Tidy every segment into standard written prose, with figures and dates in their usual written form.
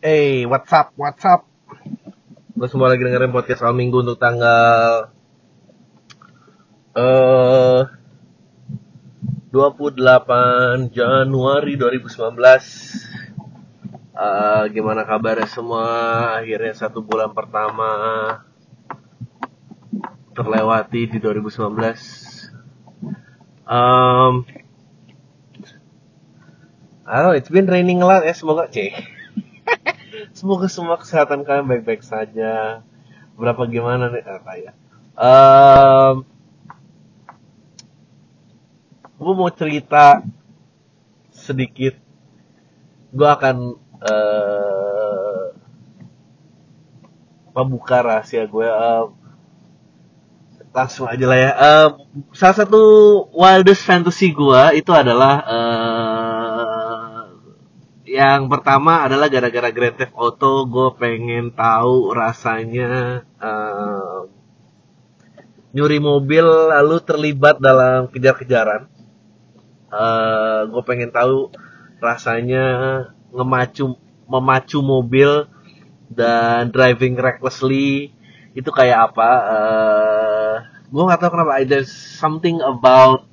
Hey, what's up? Lo semua lagi dengerin podcast Al Minggu untuk tanggal 28 Januari 2019. Gimana kabarnya semua? Akhirnya 1 bulan pertama terlewati di 2019. It's been raining a lot ya. Semoga semua kesehatan kalian baik-baik saja. Berapa gimana nih? Gue mau cerita sedikit. Gue akan membuka rahasia gue. Langsung aja lah ya. Salah satu wildest fantasy gue itu adalah yang pertama adalah gara-gara Grand Theft Auto. Gue pengen tahu rasanya nyuri mobil lalu terlibat dalam kejar-kejaran. Gue pengen tahu rasanya memacu mobil dan driving recklessly itu kayak apa. Gue nggak tahu kenapa. There's something about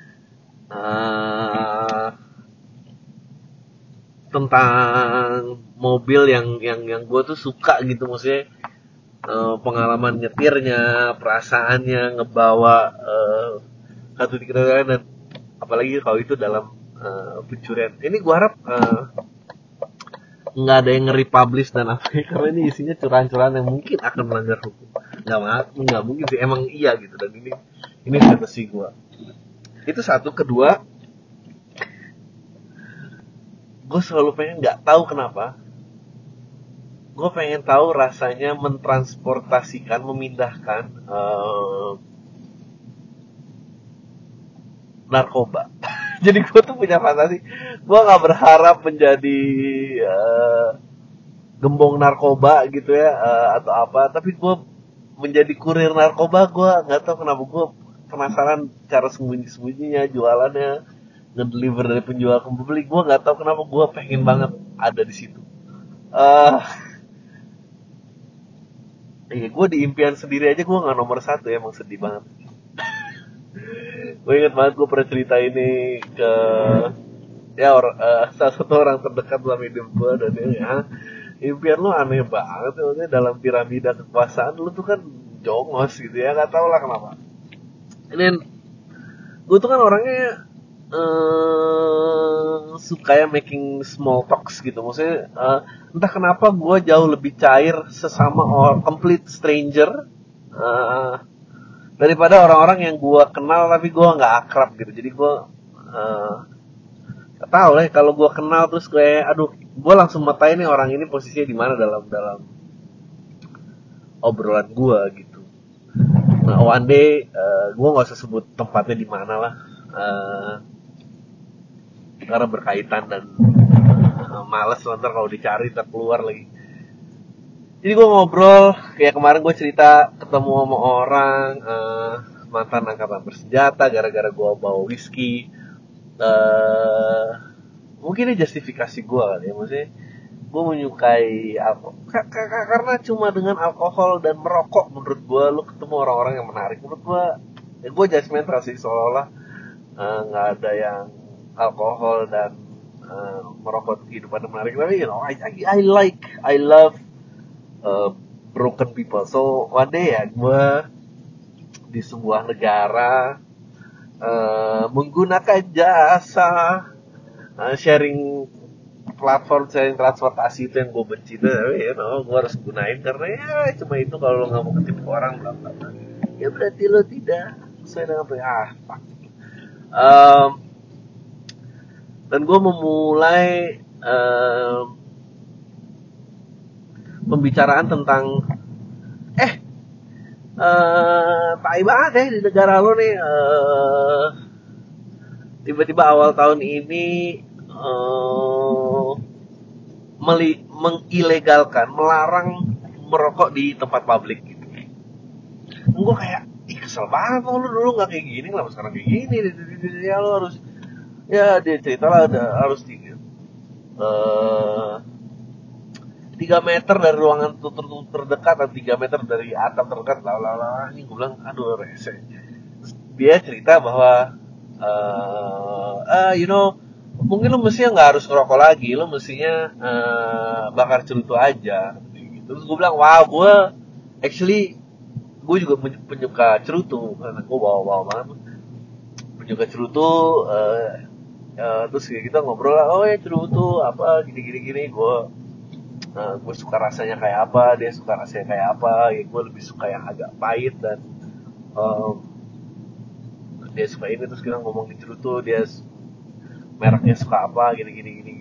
tentang mobil yang gue tuh suka gitu, maksudnya pengalaman nyetirnya, perasaannya ngebawa satu titik dan apalagi kalau itu dalam pencurian. Ini gue harap nggak ada yang nge-republish dan apa ya, karena ini isinya curahan-curahan yang mungkin akan melanggar hukum. Nggak mungkin sih, emang iya gitu. Dan ini fantasi gue. Itu satu. Kedua, gue selalu pengen, nggak tahu kenapa, gue pengen tahu rasanya memindahkan narkoba. Jadi gue tuh punya fantasi, gue nggak berharap menjadi gembong narkoba gitu ya, atau apa, tapi gue menjadi kurir narkoba. Gue nggak tahu kenapa, gue penasaran cara sembunyinya jualannya, ngedeliver dari penjual ke pembeli. Gue nggak tahu kenapa gue pengen banget ada di situ. Gue di impian sendiri aja gue nggak nomor 1 ya, emang sedih banget. Gue inget banget gue pernah cerita ini ke salah satu orang terdekat dalam hidup gue, dan dia impian lu aneh banget ya, maksudnya dalam piramida kekuasaan lu tuh kan jongos gitu ya, nggak tau lah kenapa. Ini gue tuh kan orangnya suka ya making small talks gitu, maksudnya entah kenapa gue jauh lebih cair sesama complete stranger daripada orang-orang yang gue kenal tapi gue nggak akrab gitu. Jadi gue tahu lah kalau gue kenal terus gue langsung metain nih orang ini posisinya di mana dalam obrolan gue gitu. Nah, one day gue nggak usah sebut tempatnya di mana lah, karena berkaitan dan males ntar kalau dicari tak keluar lagi. Jadi gue ngobrol kayak kemarin, gue cerita ketemu sama orang mantan angkatan bersenjata gara-gara gue bawa whisky. Mungkin ini justifikasi gue kali ya, maksudnya gue menyukai karena cuma dengan alkohol dan merokok menurut gue lu ketemu orang-orang yang menarik. Menurut gue gue judgmental sih, seolah-olah nggak ada yang alkohol dan merokok kehidupan yang menarik. Tapi I love broken people. So one day ya gue di sebuah negara menggunakan jasa sharing transportasi itu yang gue benci tuh, tapi gue harus gunain karena ya cuma itu. Kalau lo nggak mau ketipu orang bla bla bla, ya berarti lo tidak sesuai dengan apa. Dan gue memulai pembicaraan tentang tai banget ya di negara lo nih, tiba-tiba awal tahun ini melarang merokok di tempat publik gitu. Gue kayak kesel banget, lu dulu nggak kayak gini, kenapa sekarang kayak gini? Ya lo harus, ya dia cerita lah harus 3 meter dari ruangan terdekat atau 3 meter dari atap terdekat, ini gue bilang aduh rese. Dia cerita bahwa mungkin lu mestinya nggak harus ngerokok lagi, lu mestinya bakar cerutu aja gitu. Terus gue bilang wow, gue juga penyuka cerutu karena gue bawa banget penyuka cerutu. Terus kita ngobrol lah, oh ya cerutu apa gini gue suka rasanya kayak apa, dia suka rasanya kayak apa, ya gue lebih suka yang agak pahit dan dia suka ini. Terus kita ngomong di cerutu, dia mereknya suka apa gini.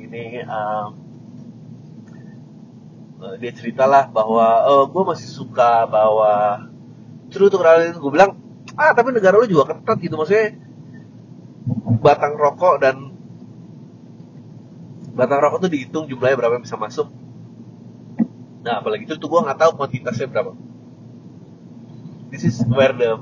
Dia ceritalah bahwa gue masih suka bawa cerutu ke. Gue bilang tapi negara lu juga ketat gitu, maksudnya batang rokok tuh dihitung jumlahnya berapa yang bisa masuk. Nah apalagi itu gue nggak tahu kuantitasnya berapa. This is where the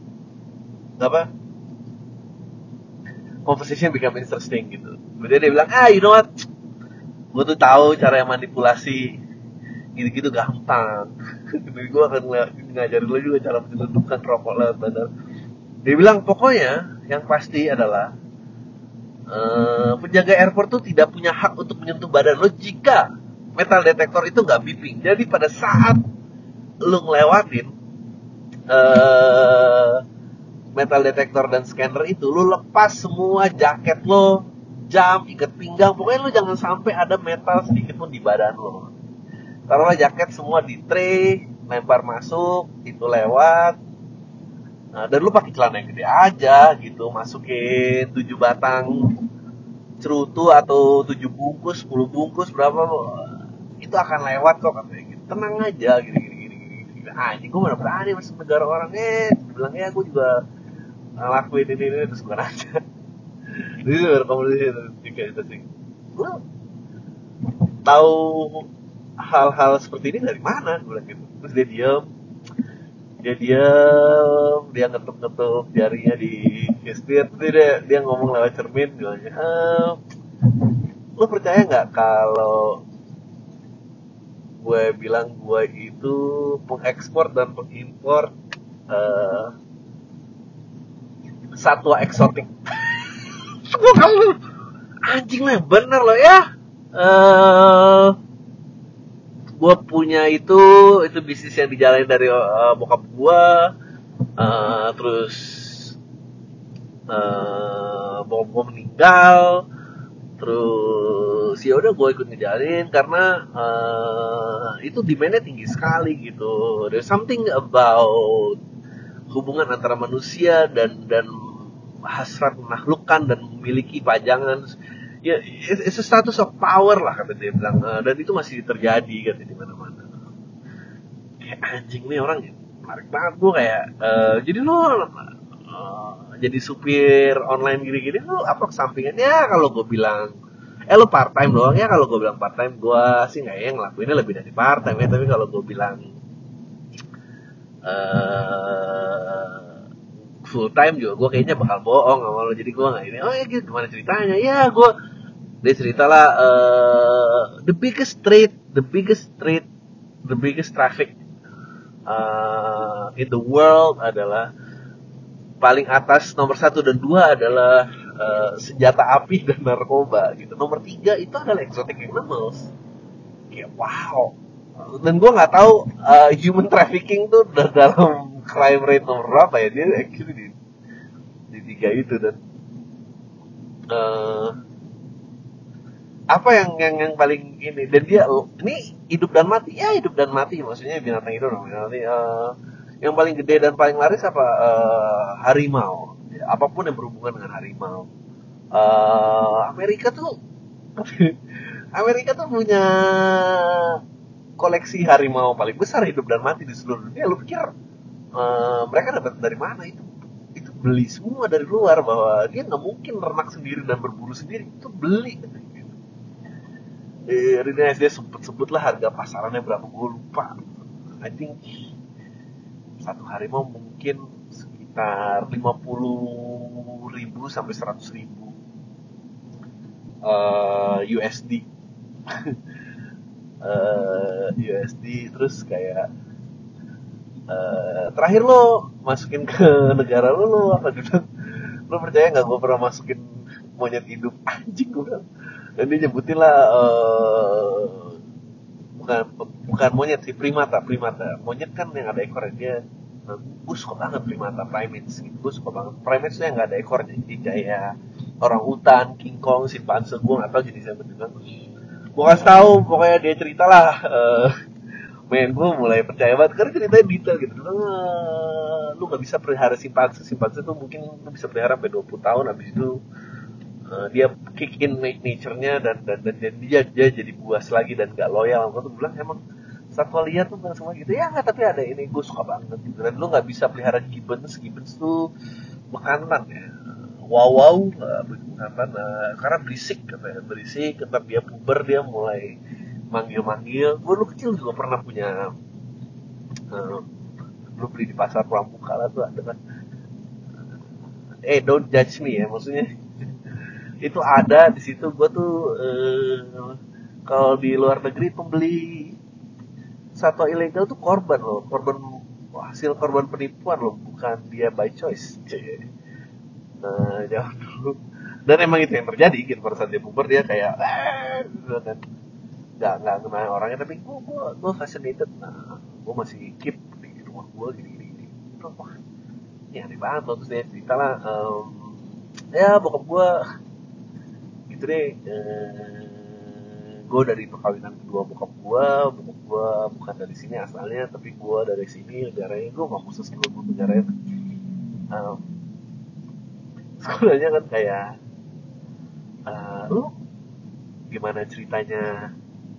conversation become interesting gitu. Kemudian dia bilang you know what, gue tuh tahu cara yang manipulasi gitu gampang. Gue akan ngajarin lo juga cara menyelundupkan rokok lewat bandar. Dia bilang pokoknya yang pasti adalah penjaga airport tuh tidak punya hak untuk menyentuh badan lo jika metal detektor itu nggak beeping. Jadi pada saat lo ngelewatin metal detektor dan scanner itu, lo lepas semua jaket lo, jam, ikat pinggang, pokoknya lo jangan sampai ada metal sedikit pun di badan lo. Taruhlah jaket semua di tray, lempar masuk, itu lewat. Nah, dan lu pakai celana yang gede aja gitu, masukin 7 batang cerutu atau 7 bungkus, 10 bungkus berapa, itu akan lewat kok katanya gitu. Tenang aja gini. Anjing, gue mana berani masuk negara orang. Bilang ya gue juga ngelakuin ini terus gue aja. Jadi berkomunikasi kayak itu sih. Gue tahu hal-hal seperti ini dari mana, gue bilang gitu. Terus dia ngetuk jarinya di gestir. Dia ngomong lewat cermin, bilangnya lo percaya nggak kalau gue bilang gue itu pengekspor dan pengimpor satwa eksotik. Gue kamu anjing lah, bener loh ya. Gue punya itu bisnis yang dijalanin dari bokap gue. Terus bokap gue meninggal, terus ya udah gue ikut ngejalanin karena itu demandnya tinggi sekali gitu. There's something about hubungan antara manusia dan hasrat menaklukkan dan memiliki pajangan. Ya, it's a status of power lah kata dia bilang, dan itu masih terjadi kan di mana-mana. Kayak anjing nih orang ya, menarik banget. Gue kayak jadi lo jadi supir online gini-gini lo apa kesampingannya? Kalau gue bilang lo part time doang ya, kalau gue bilang part time gue sih nggak ya ngelakuinnya lebih dari part time ya. Tapi kalau gue bilang full time juga gue kayaknya bakal bohong sama lo. Jadi gue nggak ini. Oh ya gitu, gimana ceritanya? Ya dia ceritalah the biggest traffic in the world adalah paling atas nomor 1 dan 2 adalah senjata api dan narkoba gitu. Nomor 3 itu adalah exotic animals. Kayak wow. Dan gue nggak tahu human trafficking tuh dalam crime rate nomor berapa ya. Dia actually di 3 itu. Dan apa yang paling ini, dan dia ini hidup dan mati maksudnya binatang hidup mati. Yang paling gede dan paling laris apa? Harimau ya, apapun yang berhubungan dengan harimau. Amerika tuh punya koleksi harimau paling besar hidup dan mati di seluruh dunia. Lu pikir mereka dapat dari mana? Itu beli semua dari luar, bahwa dia nggak mungkin ternak sendiri dan berburu sendiri, itu beli. Rina SD sebut lah harga pasarannya berapa, gue lupa. I think satu harimau mungkin sekitar 50.000 sampai 100.000 USD. USD. Terus kayak terakhir lo masukin ke negara lo apa gitu. Lo percaya nggak gue pernah masukin monyet hidup anjing gue bilang. Dan dia nyebutin lah bukan bukan monyet sih, primata. Monyet kan yang ada ekornya. Dia gue suka banget primata, primates gitu. Gue suka banget primates tuh yang nggak ada ekornya, jadi kayak orang hutan, king kong, simpanse. Gue nggak tahu jenisnya bener. Gue kasih tahu, pokoknya dia cerita lah. Men, gue mulai percaya banget karena ceritanya detail gitu. Lu nggak bisa pelihara simpanse tuh mungkin lu bisa pelihara sampai 20 tahun, habis itu dia kick in nature-nya dan dia jadi buas lagi dan gak loyal. Gue tuh bilang emang satwa liar tuh nggak semua gitu ya, nggak, tapi ada ini gue suka banget gitu. Dan lu nggak bisa pelihara gibbons tuh bekantan ya, wow bekantan karena berisik ketika dia puber dia mulai manggil. Gue lu kecil juga pernah punya uh, lu beli di pasar pramuka lah tuh ada kan, don't judge me ya, maksudnya itu ada di situ. Gue tuh kalau di luar negeri pembeli satwa ilegal tuh korban loh, hasil korban penipuan loh, bukan dia by choice. Jauh dulu. Dan emang itu yang terjadi gitu, pada saat dia puber dia kayak gitu kan, nggak kenal orangnya, tapi gue fascinated. Nah, gue masih keep di rumah gue gini itu. Wah, ini aneh banget loh. Terus dia cerita lah, ya bokap gue gitu deh, gue dari perkawinan kedua bokap gue bukan dari sini asalnya, tapi gue dari sini negaranya. Gue nggak khusus gue negaranya, um, sekolahnya kan kayak lu gimana ceritanya,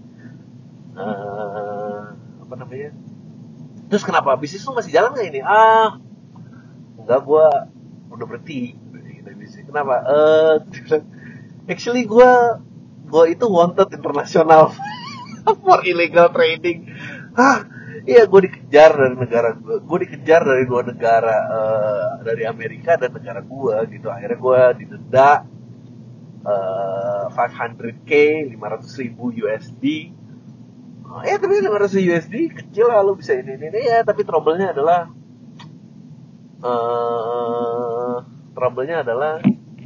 apa namanya, terus kenapa bisnis lu masih jalan nggak ini? Enggak, gue udah berhenti dari bisnis. Kenapa? Actually gue itu wanted internasional for illegal trading. Iya, gue dikejar dari negara gue dikejar dari dua negara, dari Amerika dan negara gue gitu. Akhirnya gue didenda 500k, 500.000 USD. Tapi 500 USD kecil lah, lu bisa ini ya. Tapi uh, trouble-nya adalah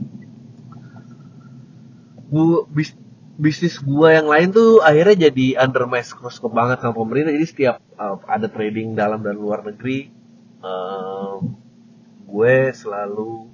bisnis gua yang lain tuh akhirnya jadi under microscope banget sama pemerintah. Jadi setiap ada trading dalam dan luar negeri, gue selalu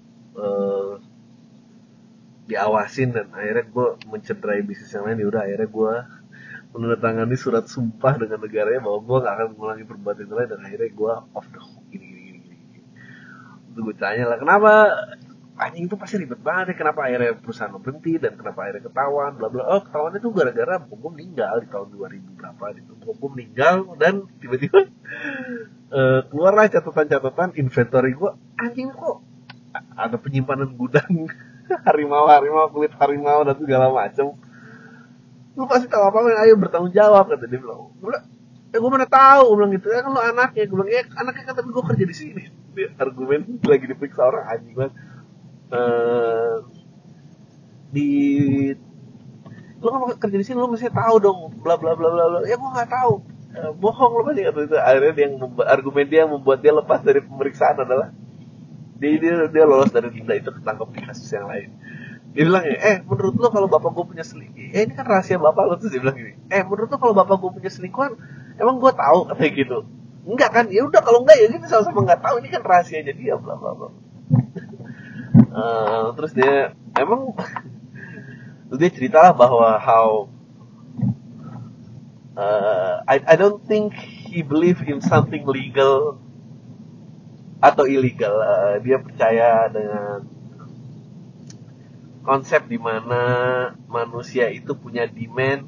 diawasin, dan akhirnya gue mencederai bisnis yang lain. Udah, akhirnya gue menandatangani surat sumpah dengan negaranya bahwa gue gak akan mengulangi perbuatan itu lagi, dan akhirnya gue off the hook gini. Itu gue tanya lah, kenapa anjing itu pasti ribet banget ya, kenapa akhirnya perusahaan lo berhenti dan kenapa akhirnya ketahuan bla bla. Ketahuannya tuh gara-gara bokap gue meninggal di tahun 2000 berapa gitu. Bokap gue meninggal dan tiba-tiba keluarlah catatan inventory gue. Anjing, kok ada penyimpanan gudang harimau kulit harimau dan segala macam. Lu pasti tahu apa, ayo bertanggung jawab, kata dia bilang. Gue mana tahu, gue bilang gitu. Kan lu anaknya, gue bilang ya anaknya kan, tapi gue kerja di sini. Dia argumen lagi diperiksa orang, anjing banget. Di lu kan kerja di sini, lu mesti tahu dong bla bla bla bla. Ya gue nggak tahu. Bohong lu pasti, kata itu. Akhirnya argumen dia yang membuat dia lepas dari pemeriksaan adalah dia lolos dari denda itu, ketangkep di kasus yang lain. Dia bilang menurut lo kalau bapak gue punya selingkuh, ini kan rahasia bapak lo. Terus dia bilang gini, menurut lo kalau bapak gue punya selingkuhan, emang gue tahu, katanya gitu. Enggak kan? Ya udah, kalau enggak ya kita sama-sama nggak tahu, ini kan rahasianya dia, bla bla bla. Terus dia ceritalah bahwa how I don't think he believe in something legal atau illegal. Dia percaya dengan konsep di mana manusia itu punya demand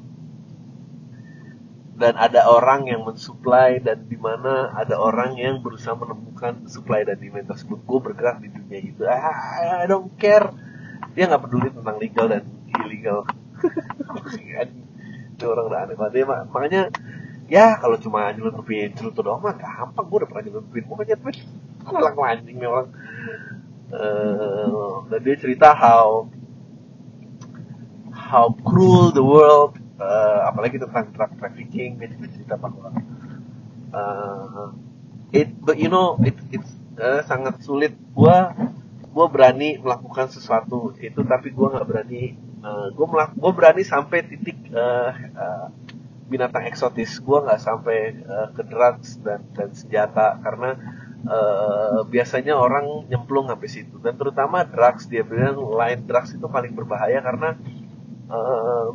dan ada orang yang mensuplai, dan di mana ada orang yang berusaha menemukan supply dan demand tersebut. Gue bergerak di dunia itu. I don't care. Dia nggak peduli tentang legal dan illegal. Itu orang udah aneh banget. Makanya ya kalau cuma nyelundupin cerutu doang mah gampang. Gue udah pernah nyelundupin, pokoknya tuh malah anjing memang. Dan dia cerita how cruel the world apalagi tentang drug trafficking. Dia juga cerita bahwa but you know it's sangat sulit. Gue berani melakukan sesuatu itu, tapi gue nggak berani. Gue berani sampai titik binatang eksotis. Gue nggak sampai ke drugs dan senjata, karena biasanya orang nyemplung sampai situ. Dan terutama drugs, dia bilang line drugs itu paling berbahaya karena uh,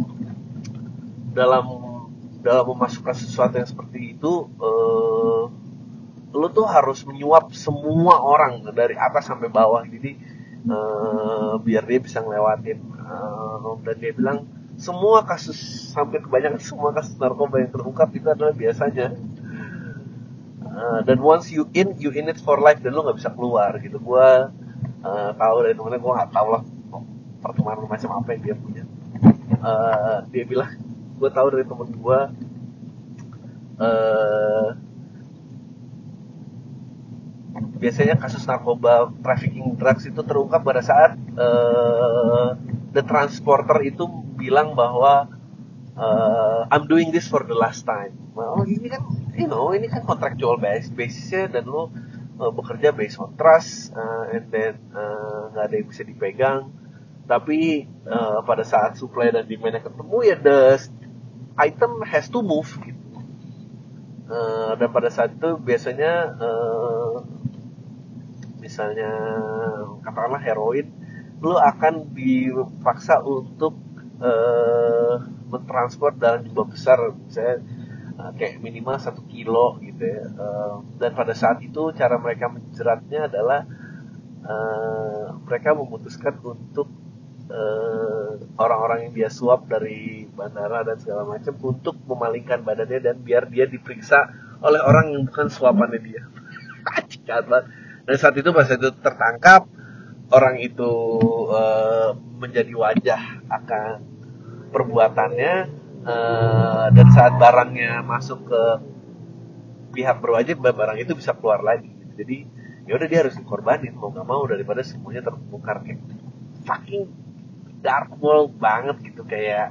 dalam dalam memasukkan sesuatu yang seperti itu, lo tuh harus menyuap semua orang dari atas sampai bawah. Jadi biar dia bisa ngelewatin. Dan dia bilang semua kasus, sampai kebanyakan semua kasus narkoba yang terungkap itu adalah biasanya dan once you in it for life, dan lo nggak bisa keluar gitu. Gue tahu dari temennya, gue nggak tahu lah pertemanan macam apa yang dia punya. Dia bilang, gue tahu dari temen gue, biasanya kasus narkoba trafficking drugs itu terungkap pada saat the transporter itu bilang bahwa I'm doing this for the last time. Well, ini kan, ini kan contractual basisnya, dan lo bekerja based on trust, and then nggak ada yang bisa dipegang. Tapi pada saat supply dan demand ketemu, ya the item has to move gitu. Dan pada saat itu biasanya misalnya katakanlah heroin, lo akan dipaksa untuk mentransport dalam jumlah besar, misalnya kayak minimal 1 kilo gitu ya. Dan pada saat itu cara mereka menjeratnya adalah mereka memutuskan untuk orang-orang yang dia suap dari bandara dan segala macam untuk memalingkan badannya, dan biar dia diperiksa oleh orang yang bukan suapannya dia. Dan saat itu pas itu tertangkap, orang itu menjadi wajah akan perbuatannya, dan saat barangnya masuk ke pihak berwajib, barang itu bisa keluar lagi. Jadi ya udah, dia harus dikorbanin mau nggak mau, daripada semuanya terbongkar. Kayak fucking dark world banget gitu, kayak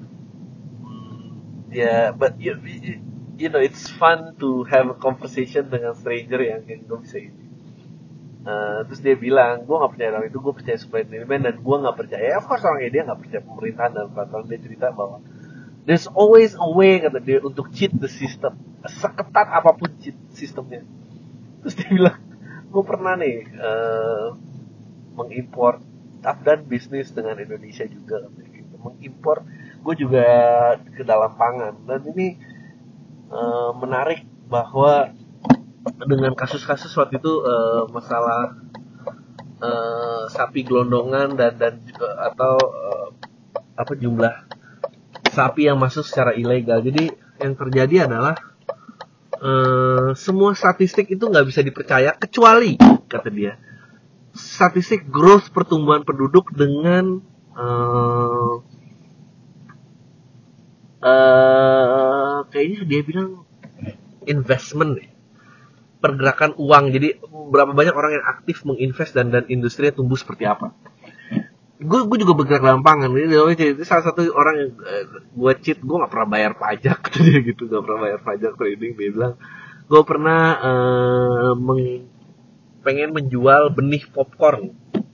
ya, but you know it's fun to have a conversation dengan stranger yang gue bisa ini. Terus dia bilang, gue nggak percaya orang itu, gue percaya supply and demand, dan gue nggak percaya, of course orangnya dia nggak percaya pemerintahan dan peraturan. Dia cerita bahwa there's always a way, kata dia, untuk cheat the system, seketat apapun cheat sistemnya. Terus dia bilang, gue pernah nih mengimpor dan bisnis dengan Indonesia juga, gitu. Mengimpor gue juga ke dalam pangan, dan ini menarik bahwa dengan kasus-kasus waktu itu masalah sapi gelondongan dan atau apa jumlah sapi yang masuk secara ilegal. Jadi yang terjadi adalah semua statistik itu nggak bisa dipercaya, kecuali, kata dia, statistik growth pertumbuhan penduduk dengan kayaknya dia bilang investment deh, pergerakan uang. Jadi berapa banyak orang yang aktif menginvest, dan industrinya tumbuh seperti apa. Gue juga bergerak dalam pangan. Jadi salah satu orang yang gue cheat, gue nggak pernah bayar pajak dia gitu, nggak pernah bayar pajak trading. Dia bilang gue pernah pengen menjual benih popcorn,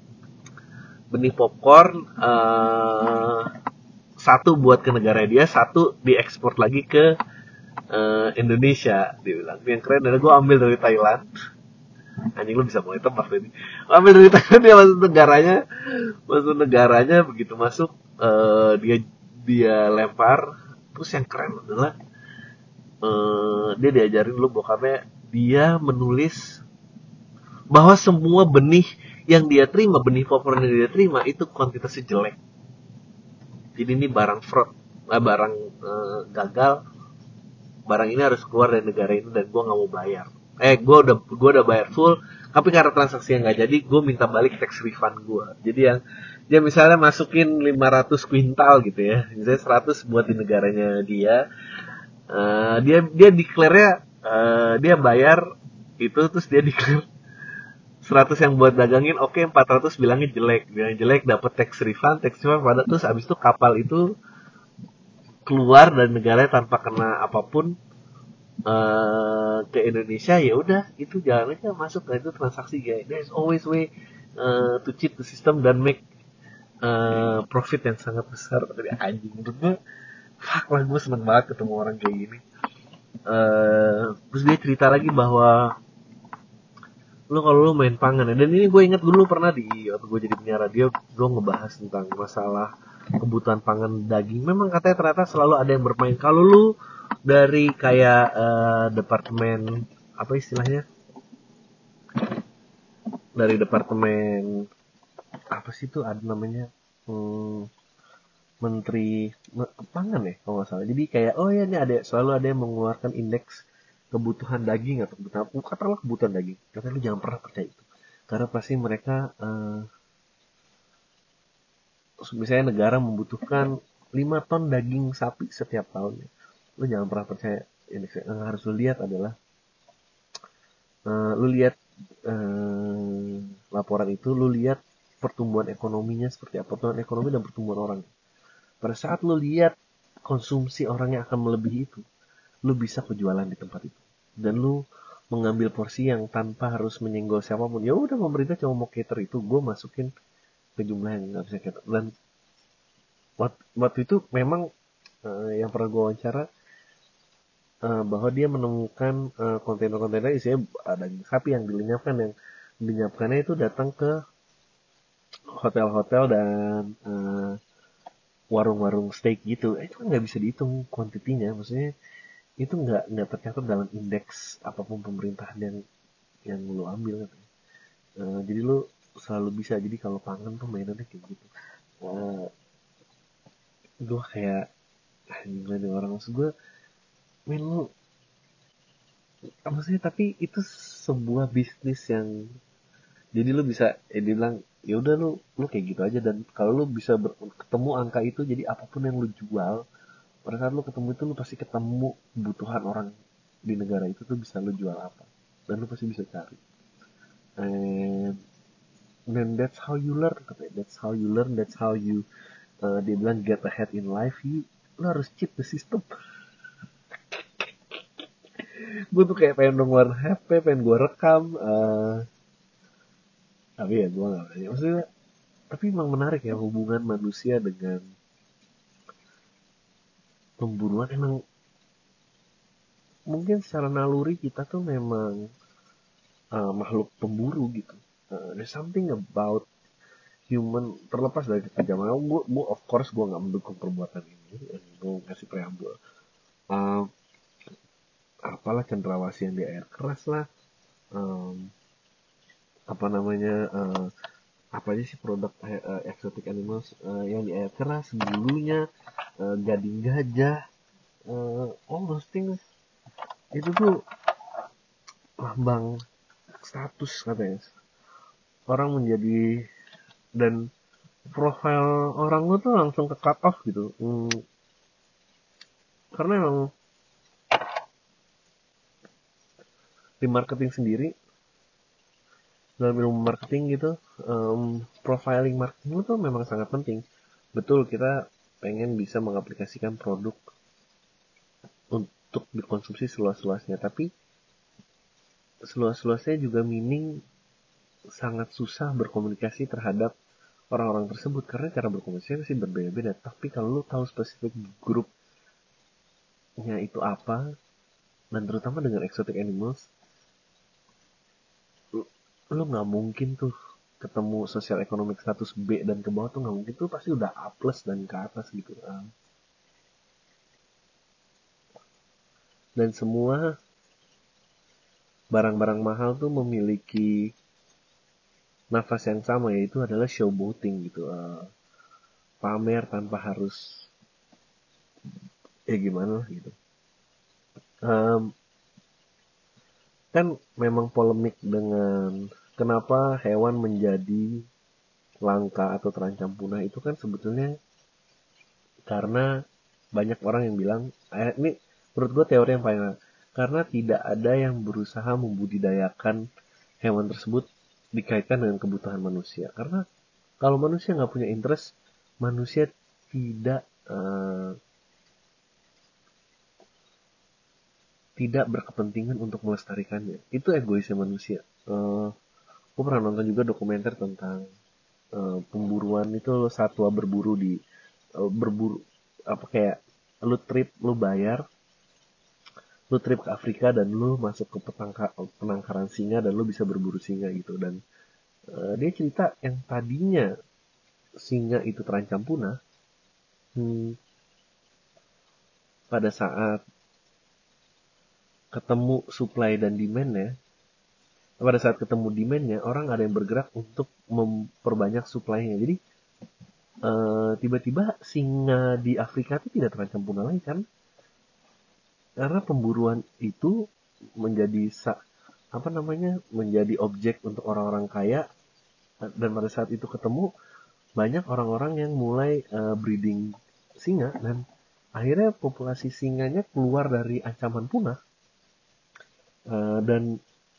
satu buat ke negara dia, satu diekspor lagi ke Indonesia. Dia bilang yang keren adalah gue ambil dari Thailand. Anjing, lu bisa mulai tebak ini. Ambil dari Thailand, dia masuk negaranya, begitu masuk dia lempar. Terus yang keren adalah dia diajarin dulu bokapnya, dia menulis bahwa semua benih yang dia terima, benih popcorn yang dia terima itu kuantitasnya jelek. Jadi ini barang fraud, barang gagal. Barang ini harus keluar dari negara ini, dan gue nggak mau bayar. Gue udah bayar full, tapi karena transaksi yang nggak jadi, gue minta balik tax refund gue. Jadi yang dia misalnya masukin 500 kuintal gitu ya, misalnya 100 buat di negaranya dia, dia declare-nya dia bayar itu, terus dia declare 100 yang buat dagangin, oke, 400 bilangnya jelek dapat tax refund pada, terus abis itu kapal itu keluar dari negara tanpa kena apapun ke Indonesia, ya udah itu jalannya masuk ke itu transaksi guys. There's always way to cheat the system dan make profit yang sangat besar dari anjing. Menurut gue fuck lah, gue seneng banget ketemu orang kayak gini. Terus dia cerita lagi bahwa kalau lu main pangan ya, dan ini gue ingat dulu pernah di waktu gue jadi penyiar radio, gue ngebahas tentang masalah kebutuhan pangan daging. Memang katanya ternyata selalu ada yang bermain. Kalau lu dari kayak departemen apa istilahnya, dari departemen apa sih itu ada namanya, menteri pangan ya kalau nggak salah. Jadi kayak oh ya ini ada, selalu ada yang mengeluarkan indeks kebutuhan daging atau katakanlah kebutuhan daging. Karena lu jangan pernah percaya itu. Karena pasti mereka misalnya negara membutuhkan 5 ton daging sapi setiap tahun. Lu jangan pernah percaya indeks. Yang harus lu lihat adalah lu lihat laporan itu, lu lihat pertumbuhan ekonominya seperti apa, pertumbuhan ekonomi dan pertumbuhan orang. Pada saat lu lihat konsumsi orang yang akan melebihi itu, lu bisa kejualan di tempat itu. Dan lu mengambil porsi yang tanpa harus menyenggol siapapun. Ya udah pemerintah cuma mau cater itu, gue masukin ke jumlah yang nggak bisa cater. Dan waktu itu memang yang pernah gue wawancara bahwa dia menemukan kontainer-kontainer isinya daging sapi yang dilenyapkan, yang dilenyapkannya itu datang ke hotel-hotel dan warung-warung steak gitu. Itu kan nggak bisa dihitung kuantitinya, maksudnya itu nggak tercatat dalam indeks apapun pemerintahan yang lu ambil gitu. Jadi lu selalu bisa, jadi kalau pangan tuh mainannya kayak gitu. uh, gue kayak gimana orang, maksud gue main lu, maksudnya tapi itu sebuah bisnis yang jadi lu bisa dia bilang ya udah lu kayak gitu aja, dan kalau lu bisa ketemu angka itu, jadi apapun yang lu jual pada saat lu ketemu itu, lu pasti ketemu kebutuhan orang di negara itu tuh bisa lu jual apa, dan lu pasti bisa cari. And then that's how you learn, that's how you learn, that's how you dia bilang get ahead in life. Lu harus cheat the system. Gue tuh kayak pengen ngeluarin HP, pengen gue rekam, tapi ya gue nggak berani. Maksudnya tapi emang menarik ya hubungan manusia dengan pemburuan. Emang mungkin secara naluri kita tuh memang makhluk pemburu gitu. There's something about human, terlepas dari kekejaman. Gue of course gue nggak mendukung perbuatan ini. Gue kasih preambul. Uh, Apalah cendrawasih yang di air keras lah. Um, apa namanya? Apa aja sih produk exotic animals yang di air keras, bulunya, gading gajah, all those things itu tuh lambang status katanya. Orang menjadi, dan profil orang lu tuh langsung ke cut off gitu. Karena emang di marketing sendiri, dalam ilmu marketing gitu, profiling marketing itu memang sangat penting. Betul, kita pengen bisa mengaplikasikan produk untuk dikonsumsi seluas-luasnya, tapi seluas-luasnya juga meaning sangat susah berkomunikasi terhadap orang-orang tersebut, karena cara berkomunikasi sih berbeda-beda. Tapi kalau lu tahu spesifik grupnya itu apa, dan terutama dengan exotic animals, lu nggak mungkin tuh ketemu sosial ekonomi status B dan ke bawah tuh nggak mungkin, tuh pasti udah A plus dan ke atas gitu. Dan semua barang-barang mahal tuh memiliki nafas yang sama, yaitu adalah showboating gitu. Pamer tanpa harus ya gimana lah gitu. Um, Kan memang polemik dengan kenapa hewan menjadi langka atau terancam punah, itu kan sebetulnya karena banyak orang yang bilang ini menurut gue teori yang paling enak, karena tidak ada yang berusaha membudidayakan hewan tersebut dikaitkan dengan kebutuhan manusia. Karena kalau manusia nggak punya interest, manusia tidak tidak berkepentingan untuk melestarikannya. Itu egoisnya manusia. Gue pernah nonton juga dokumenter tentang pemburuan itu, satwa berburu di berburu apa kayak lu bayar, lu trip ke Afrika dan lu masuk ke penangkaran singa dan lu bisa berburu singa gitu. Dan dia cerita yang tadinya singa itu terancam punah, hmm, pada saat ketemu supply dan demand-nya, pada saat ketemu demand-nya, orang ada yang bergerak untuk memperbanyak supply-nya. Jadi tiba-tiba singa di Afrika itu tidak terancam punah lagi kan? Karena pemburuan itu menjadi menjadi objek untuk orang-orang kaya, dan pada saat itu ketemu banyak orang-orang yang mulai breeding singa, dan akhirnya populasi singanya keluar dari ancaman punah. Dan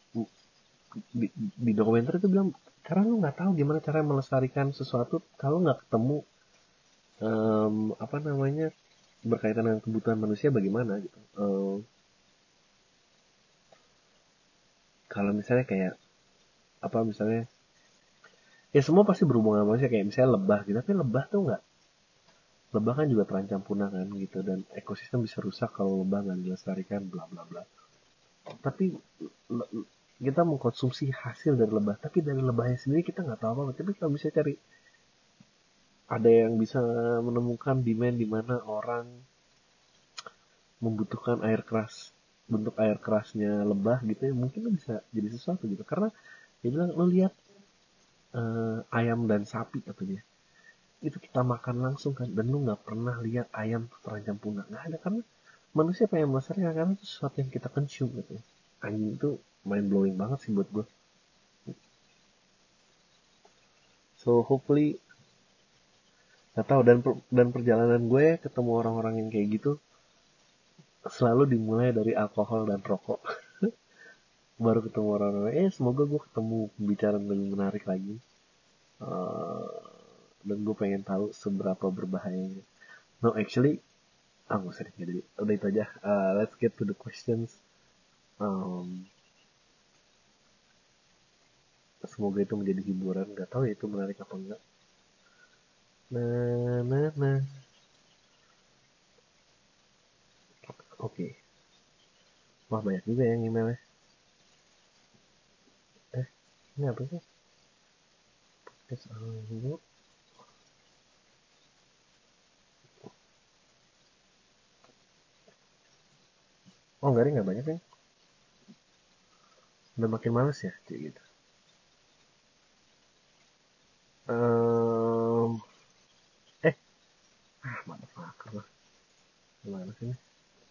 di dokumenter itu bilang, karena lu nggak tahu gimana cara melestarikan sesuatu kalau nggak ketemu berkaitan dengan kebutuhan manusia bagaimana gitu. Kalau misalnya kayak misalnya ya semua pasti berhubungan sama manusia, kayak misalnya lebah gitu, tapi lebah kan juga terancam punah kan gitu, dan ekosistem bisa rusak kalau lebah nggak dilestarikan, bla bla bla. Tapi kita mengkonsumsi hasil dari lebah, tapi dari lebahnya sendiri kita nggak tahu apa. Tapi kalau bisa cari, ada yang bisa menemukan demand di mana orang membutuhkan air keras, bentuk air kerasnya lebah gitu ya, mungkin lu bisa jadi sesuatu gitu. Karena dia bilang, lu lihat ayam dan sapi katanya, itu kita makan langsung kan, dan lu nggak pernah lihat ayam terancam punah, nggak ada. Karena manusia pengen melestarikan karena itu sesuatu yang kita consume gitu ya. Anjing itu mind blowing banget sih buat gue. So hopefully, nggak tahu, dan perjalanan gue ketemu orang-orang yang kayak gitu selalu dimulai dari alkohol dan rokok. Baru ketemu orang-orang, semoga gue ketemu pembicaraan lebih menarik lagi. Eh, dan gue pengen tahu seberapa berbahayanya. No, actually, nggak usah jadi, udah itu aja. Let's get to the questions. Um, Semoga itu menjadi hiburan. Gak tahu ya itu menarik apa enggak. Nah. Oke. Wah, banyak juga yang emailnya. Ini apa sih? Podcast dulu. Oh, enggak banyak nih. Udah makin males ya, kayak gitu. Um, eh, motherfucker lah. Gimana sih ini?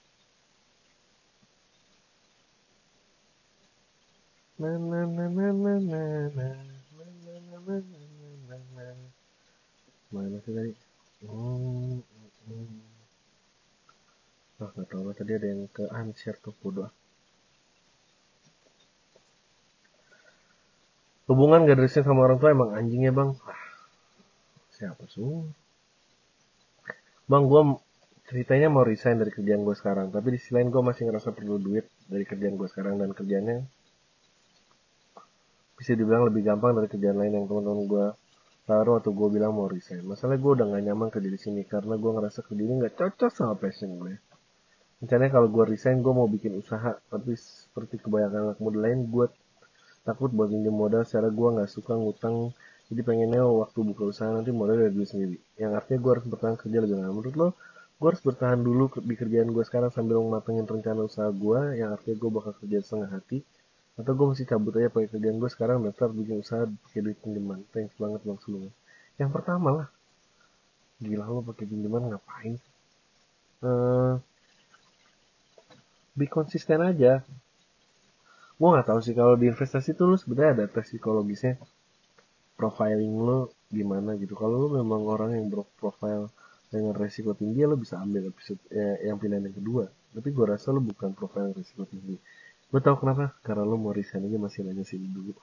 Na na na na na na na na na na na na na. Mana sih tadi? Hmm, hmm. Nggak tahu lah, tadi ada yang ke unshare tuh, bodoh. Hubungan gak ada sama orang tua emang anjingnya bang. Siapa sih? Bang, gue ceritanya mau resign dari kerjaan gue sekarang, tapi di sisi lain gue masih ngerasa perlu duit dari kerjaan gue sekarang, dan kerjanya bisa dibilang lebih gampang dari kerjaan lain yang teman-teman gue taruh atau gue bilang mau resign. Masalahnya gue udah gak nyaman kerja di sini karena gue ngerasa kerja ini gak cocok sama passion gue. Rencananya kalau gue resign, gue mau bikin usaha, tapi seperti kebanyakan anak muda lain, gue takut buat minjem modal secara gue nggak suka ngutang. Jadi pengennya waktu buka usaha nanti modal dari gue sendiri, yang artinya gue harus bertahan kerja lebih lama. Menurut lo, gue harus bertahan dulu di kerjaan gue sekarang sambil matengin rencana usaha gue, yang artinya gue bakal kerja setengah hati, atau gue mesti cabut aja pakai kerjaan gue sekarang dan start bikin usaha pakai duit pinjaman? Thanks banget bang sebelumnya. Yang pertama lah, gila lo pakai pinjaman ngapain? eh Be konsisten aja. Gue nggak tahu sih, kalau di investasi tuh lo sebenarnya ada tes psikologisnya, profiling lo gimana gitu. Kalau lo memang orang yang berprofil dengan resiko tinggi, lo bisa ambil episode yang pilihan yang kedua. Tapi gue rasa lo bukan profil yang resiko tinggi. Gue tahu kenapa, karena lo mau resign aja masih nanya sini dulu.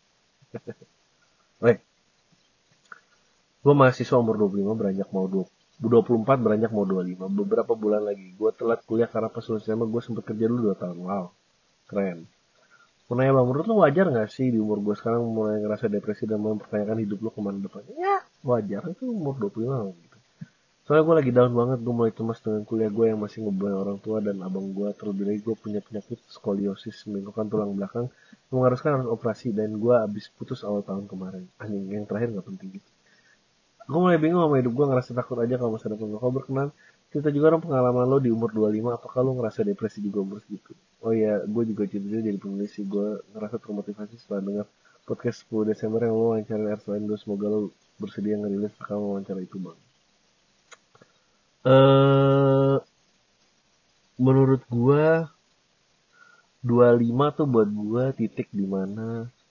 Weh, gue mahasiswa umur 25 beranjak mau 24 beranjak mau 25. Beberapa bulan lagi. Gue telat kuliah karena pas lulus SMA gue sempet kerja dulu 2 tahun. Wow, keren. Mau nanya bang, menurut lo wajar gak sih di umur gue sekarang mulai ngerasa depresi dan mempertanyakan hidup lo kemana depan? Ya, wajar. Itu umur 25 gitu. Soalnya gue lagi down banget, gue mulai cemas dengan kuliah gue yang masih ngebeban orang tua dan abang gue. Terlebih lagi gue punya penyakit skoliosis, membengkakkan tulang belakang, mengharuskan harus operasi dan gue abis putus awal tahun kemarin. Anjing, yang terakhir gak penting gitu. Gue mulai bingung sama hidup gue, ngerasa takut aja kalau masa depan gue. Kalau berkenan, cerita juga dong pengalaman lo di umur 25, apakah lo ngerasa depresi juga umur segitu? Oh iya, gue juga cerita jadi penulis sih, gue ngerasa termotivasi setelah dengar podcast 10 Desember yang lo wawancara Arslan. Semoga lo bersedia ngerilis rekaman wawancara itu bang. Eh, menurut gue 25 tuh buat gue titik dimana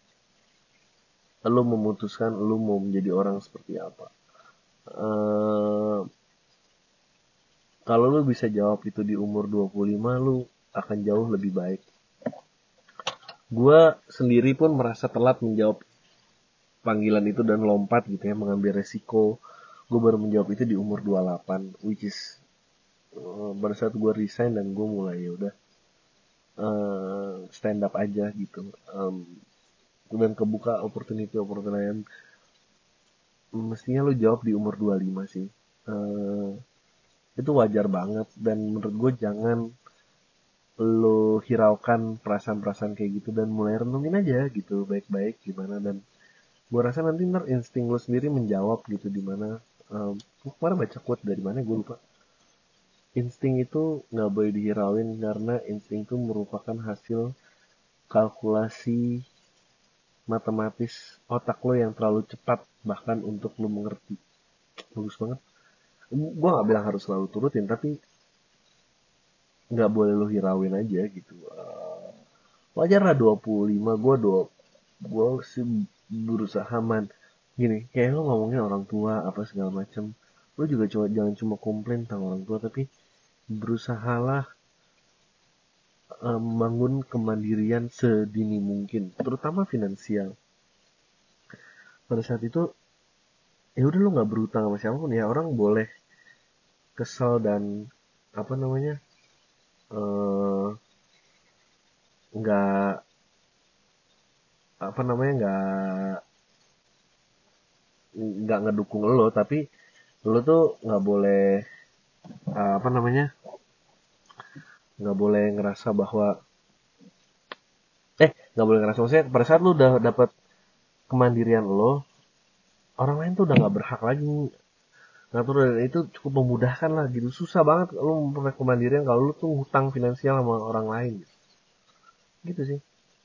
lo memutuskan lo mau menjadi orang seperti apa. Eh, kalau lo bisa jawab itu di umur 25, lo akan jauh lebih baik. Gue sendiri pun merasa telat menjawab panggilan itu dan lompat gitu ya, mengambil resiko. Gue baru menjawab itu di umur 28, which is pada saat gue resign dan gue mulai ya udah stand up aja gitu. Dan kebuka opportunity yang mestinya lo jawab di umur 25 sih. Uh, itu wajar banget dan menurut gue jangan lo hiraukan perasaan-perasaan kayak gitu dan mulai renungin aja gitu baik-baik gimana. Dan gue rasa nanti ntar insting lo sendiri menjawab gitu dimana. Gue kemarin baca quote dari mana gue lupa. Insting itu nggak boleh dihirauin karena insting itu merupakan hasil kalkulasi matematis otak lo yang terlalu cepat bahkan untuk lo mengerti. Bagus banget. Gue nggak bilang harus selalu turutin tapi nggak boleh lo hirauin aja gitu. Wajar lah 25, gue sih berusaha man gini kayak lo ngomongin orang tua apa segala macem. Lo juga jangan cuma komplain tentang orang tua tapi berusahalah membangun kemandirian sedini mungkin terutama finansial. Pada saat itu ya udah lo nggak berutang sama siapapun ya, orang boleh kesel dan apa namanya eh, nggak apa namanya nggak ngedukung lo tapi lo tuh nggak boleh apa namanya nggak boleh ngerasa bahwa nggak boleh ngerasa maksudnya pada saat lo udah dapat kemandirian lo, orang lain tuh udah nggak berhak lagi ngatur dan itu cukup memudahkan lah gitu. Susah banget lo memperoleh kemandirian kalau lo tuh hutang finansial sama orang lain gitu sih.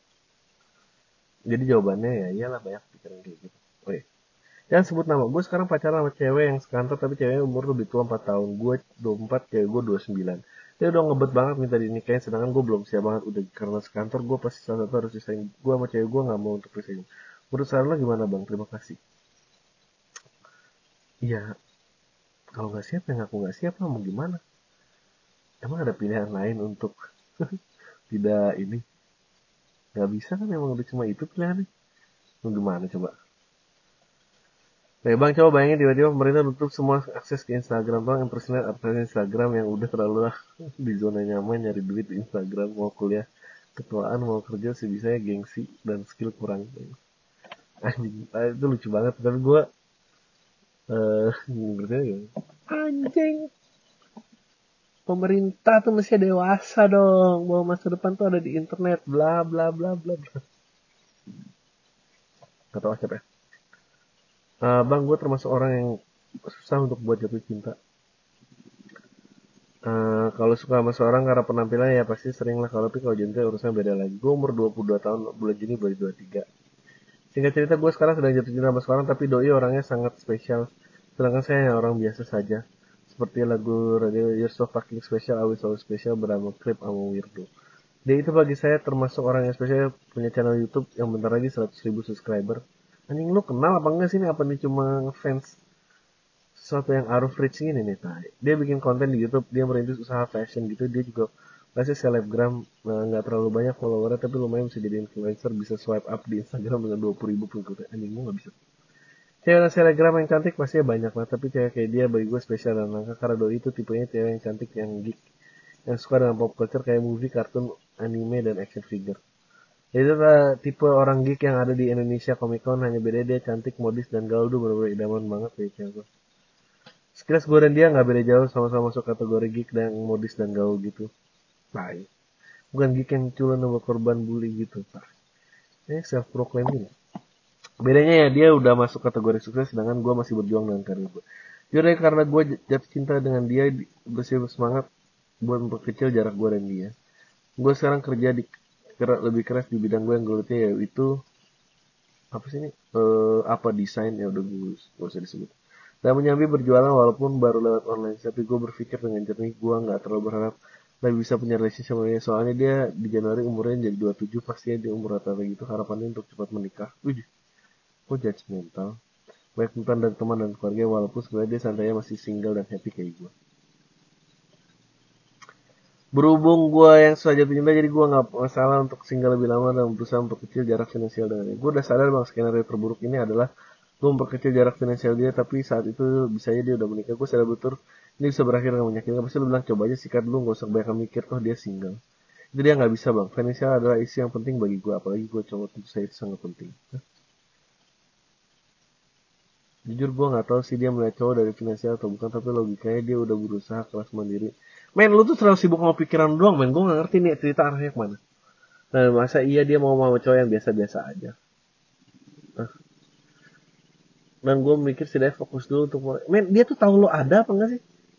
Jadi jawabannya ya iyalah banyak pikiran kayak gitu. Oh iya. Jangan sebut nama. Gue sekarang pacaran sama cewek yang sekantor tapi ceweknya umur lebih tua 4 tahun. Gue 24, cewek gue 29. Dia udah ngebet banget minta dinikahin sedangkan gue belum siap banget. Udah karena sekantor gue pasti salah satu harus resign. Gue sama cewek gue gak mau untuk resign. Menurut saran lo gimana bang? Terima kasih. Iya, kalau gak siap ya ngaku gak siap lah mau gimana. Emang ada pilihan lain untuk tidak ini? Gak bisa kan emang udah cuma itu pilihannya. Mau gimana coba? Nah, bang, coba bayangin tiba-tiba pemerintah nutup semua akses ke Instagram. Bang, impersonate akses Instagram yang udah terlalu lah di zona nyaman nyari duit di Instagram. Mau kuliah ketuaan, mau kerja sebisanya gengsi dan skill kurang. Anjing, itu lucu banget. Tapi gue, berarti ya. Anjing, pemerintah tuh mesti dewasa dong. Bahwa masa depan tuh ada di internet. Bla bla bla bla bla. Gak tau siapa ya. Bang, gue termasuk orang yang susah untuk buat jatuh cinta. Kalau suka sama seorang karena penampilannya ya pasti sering lah. Kalau cinta urusan beda lagi. Gue umur 22 tahun, bulan Juni 2023. Singkat cerita gue sekarang sedang jatuh cinta sama seorang tapi doi orangnya sangat spesial. Sedangkan saya yang orang biasa saja. Seperti lagu radio You're So Fucking Special, I Will So Special bersama Clip sama Weirdo. Dia itu bagi saya termasuk orang yang spesial, punya channel YouTube yang bentar lagi 100.000 subscriber. Anjing lu kenal apa enggak sih ini? Apa nih cuma fans sesuatu yang out of reach gini nih. Nah, dia bikin konten di YouTube, dia merintis usaha fashion gitu, dia juga masih selebgram, nggak terlalu banyak followernya tapi lumayan bisa jadi influencer, bisa swipe up di Instagram dengan 20.000 pengikut. Anjing, gue nggak bisa. Cewek selebgram yang cantik pastinya banyak lah, tapi cewek kayak dia bagi gue spesial dan langka karena doi itu tipenya cewek yang cantik yang geek, yang suka dengan pop culture kayak movie, kartun, anime, dan action figure. Jadi itu tipe orang geek yang ada di Indonesia Comic Con, hanya beda dia cantik, modis, dan gaul. Tuh bener-bener idaman banget ya cewek gue. Sekilas gue dan dia nggak beda jauh, sama-sama masuk kategori geek dan modis dan gaul gitu. Baik. Bukan geek yang culun sama korban bully gitu. Self proclaiming. Bedanya ya dia udah masuk kategori sukses, sedangkan gue masih berjuang dengan karir gue. Jadi karena gue jatuh cinta dengan dia, bersih semangat buat memperkecil jarak gue dan dia. Gue sekarang kerja di lebih keras di bidang gue yang gelutnya yaitu apa sih ini, apa desain, ya udah gue gak usah disebut. Dan menyambi berjualan walaupun baru lewat online, tapi gue berpikir dengan jernih, gue nggak terlalu berharap lebih bisa punya relationship sama dia, soalnya dia di Januari umurnya jadi 27, pastinya di umur rata-rata gitu, harapannya untuk cepat menikah. Wih, kok judgmental. Banyak tuntutan dari teman dan keluarga, walaupun sebenarnya dia santainya masih single dan happy kayak gue. Berhubung gue yang sudah jatuh cinta, jadi gue nggak masalah untuk single lebih lama dan berusaha memperkecil jarak finansial dengan dia. Gue udah sadar bang, skenario terburuk ini adalah gue memperkecil jarak finansial dia, tapi saat itu bisa aja dia udah menikah. Gue sadar betul ini bisa berakhir dengan menyakitkan. Pasti lu bilang coba aja sikat dulu, gak usah banyak mikir, toh dia single. Itu dia nggak bisa bang. Finansial adalah isu yang penting bagi gue, apalagi gue cowok, tentu saya itu sangat penting. Jujur gue nggak tahu sih dia melihat cowok dari finansial atau bukan, tapi logikanya dia udah berusaha kelas mandiri. Men, lu tuh terlalu sibuk sama pikiran doang, men. Gue nggak ngerti nih cerita arahnya kemana. Nah, masa iya dia mau sama cowok yang biasa-biasa aja. Nah, dan gue mikir sih dia fokus dulu untuk men, dia tuh tahu lo ada apa enggak sih?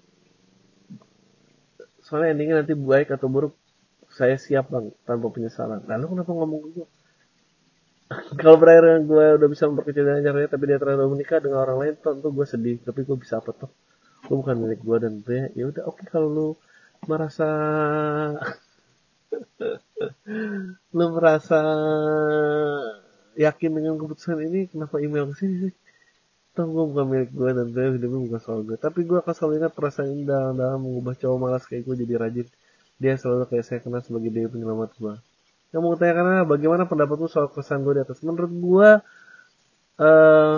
Soalnya endingnya nanti baik atau buruk, saya siap bang tanpa penyesalan. Lalu kenapa ngomong ke gue? Kalau berakhir gue udah bisa memperkecil dengan caranya, tapi dia terlalu menikah dengan orang lain, tentu gue sedih. Tapi gue bisa apa tuh? Gue bukan milik gue, dan dia ya udah oke, kalau lu merasa lu merasa yakin dengan keputusan ini, kenapa email ke sini sih? Toh gue bukan milik gue dan dia hidupnya bukan soal gue. Tapi gue akan selalu ingat perasaan ini dalam mengubah cowok malas kayak gue jadi rajin. Dia selalu kayak saya kenal sebagai dewa penyelamat gue. Yang mau tanya karena bagaimana pendapatmu soal kesan gue di atas? Menurut gue, uh,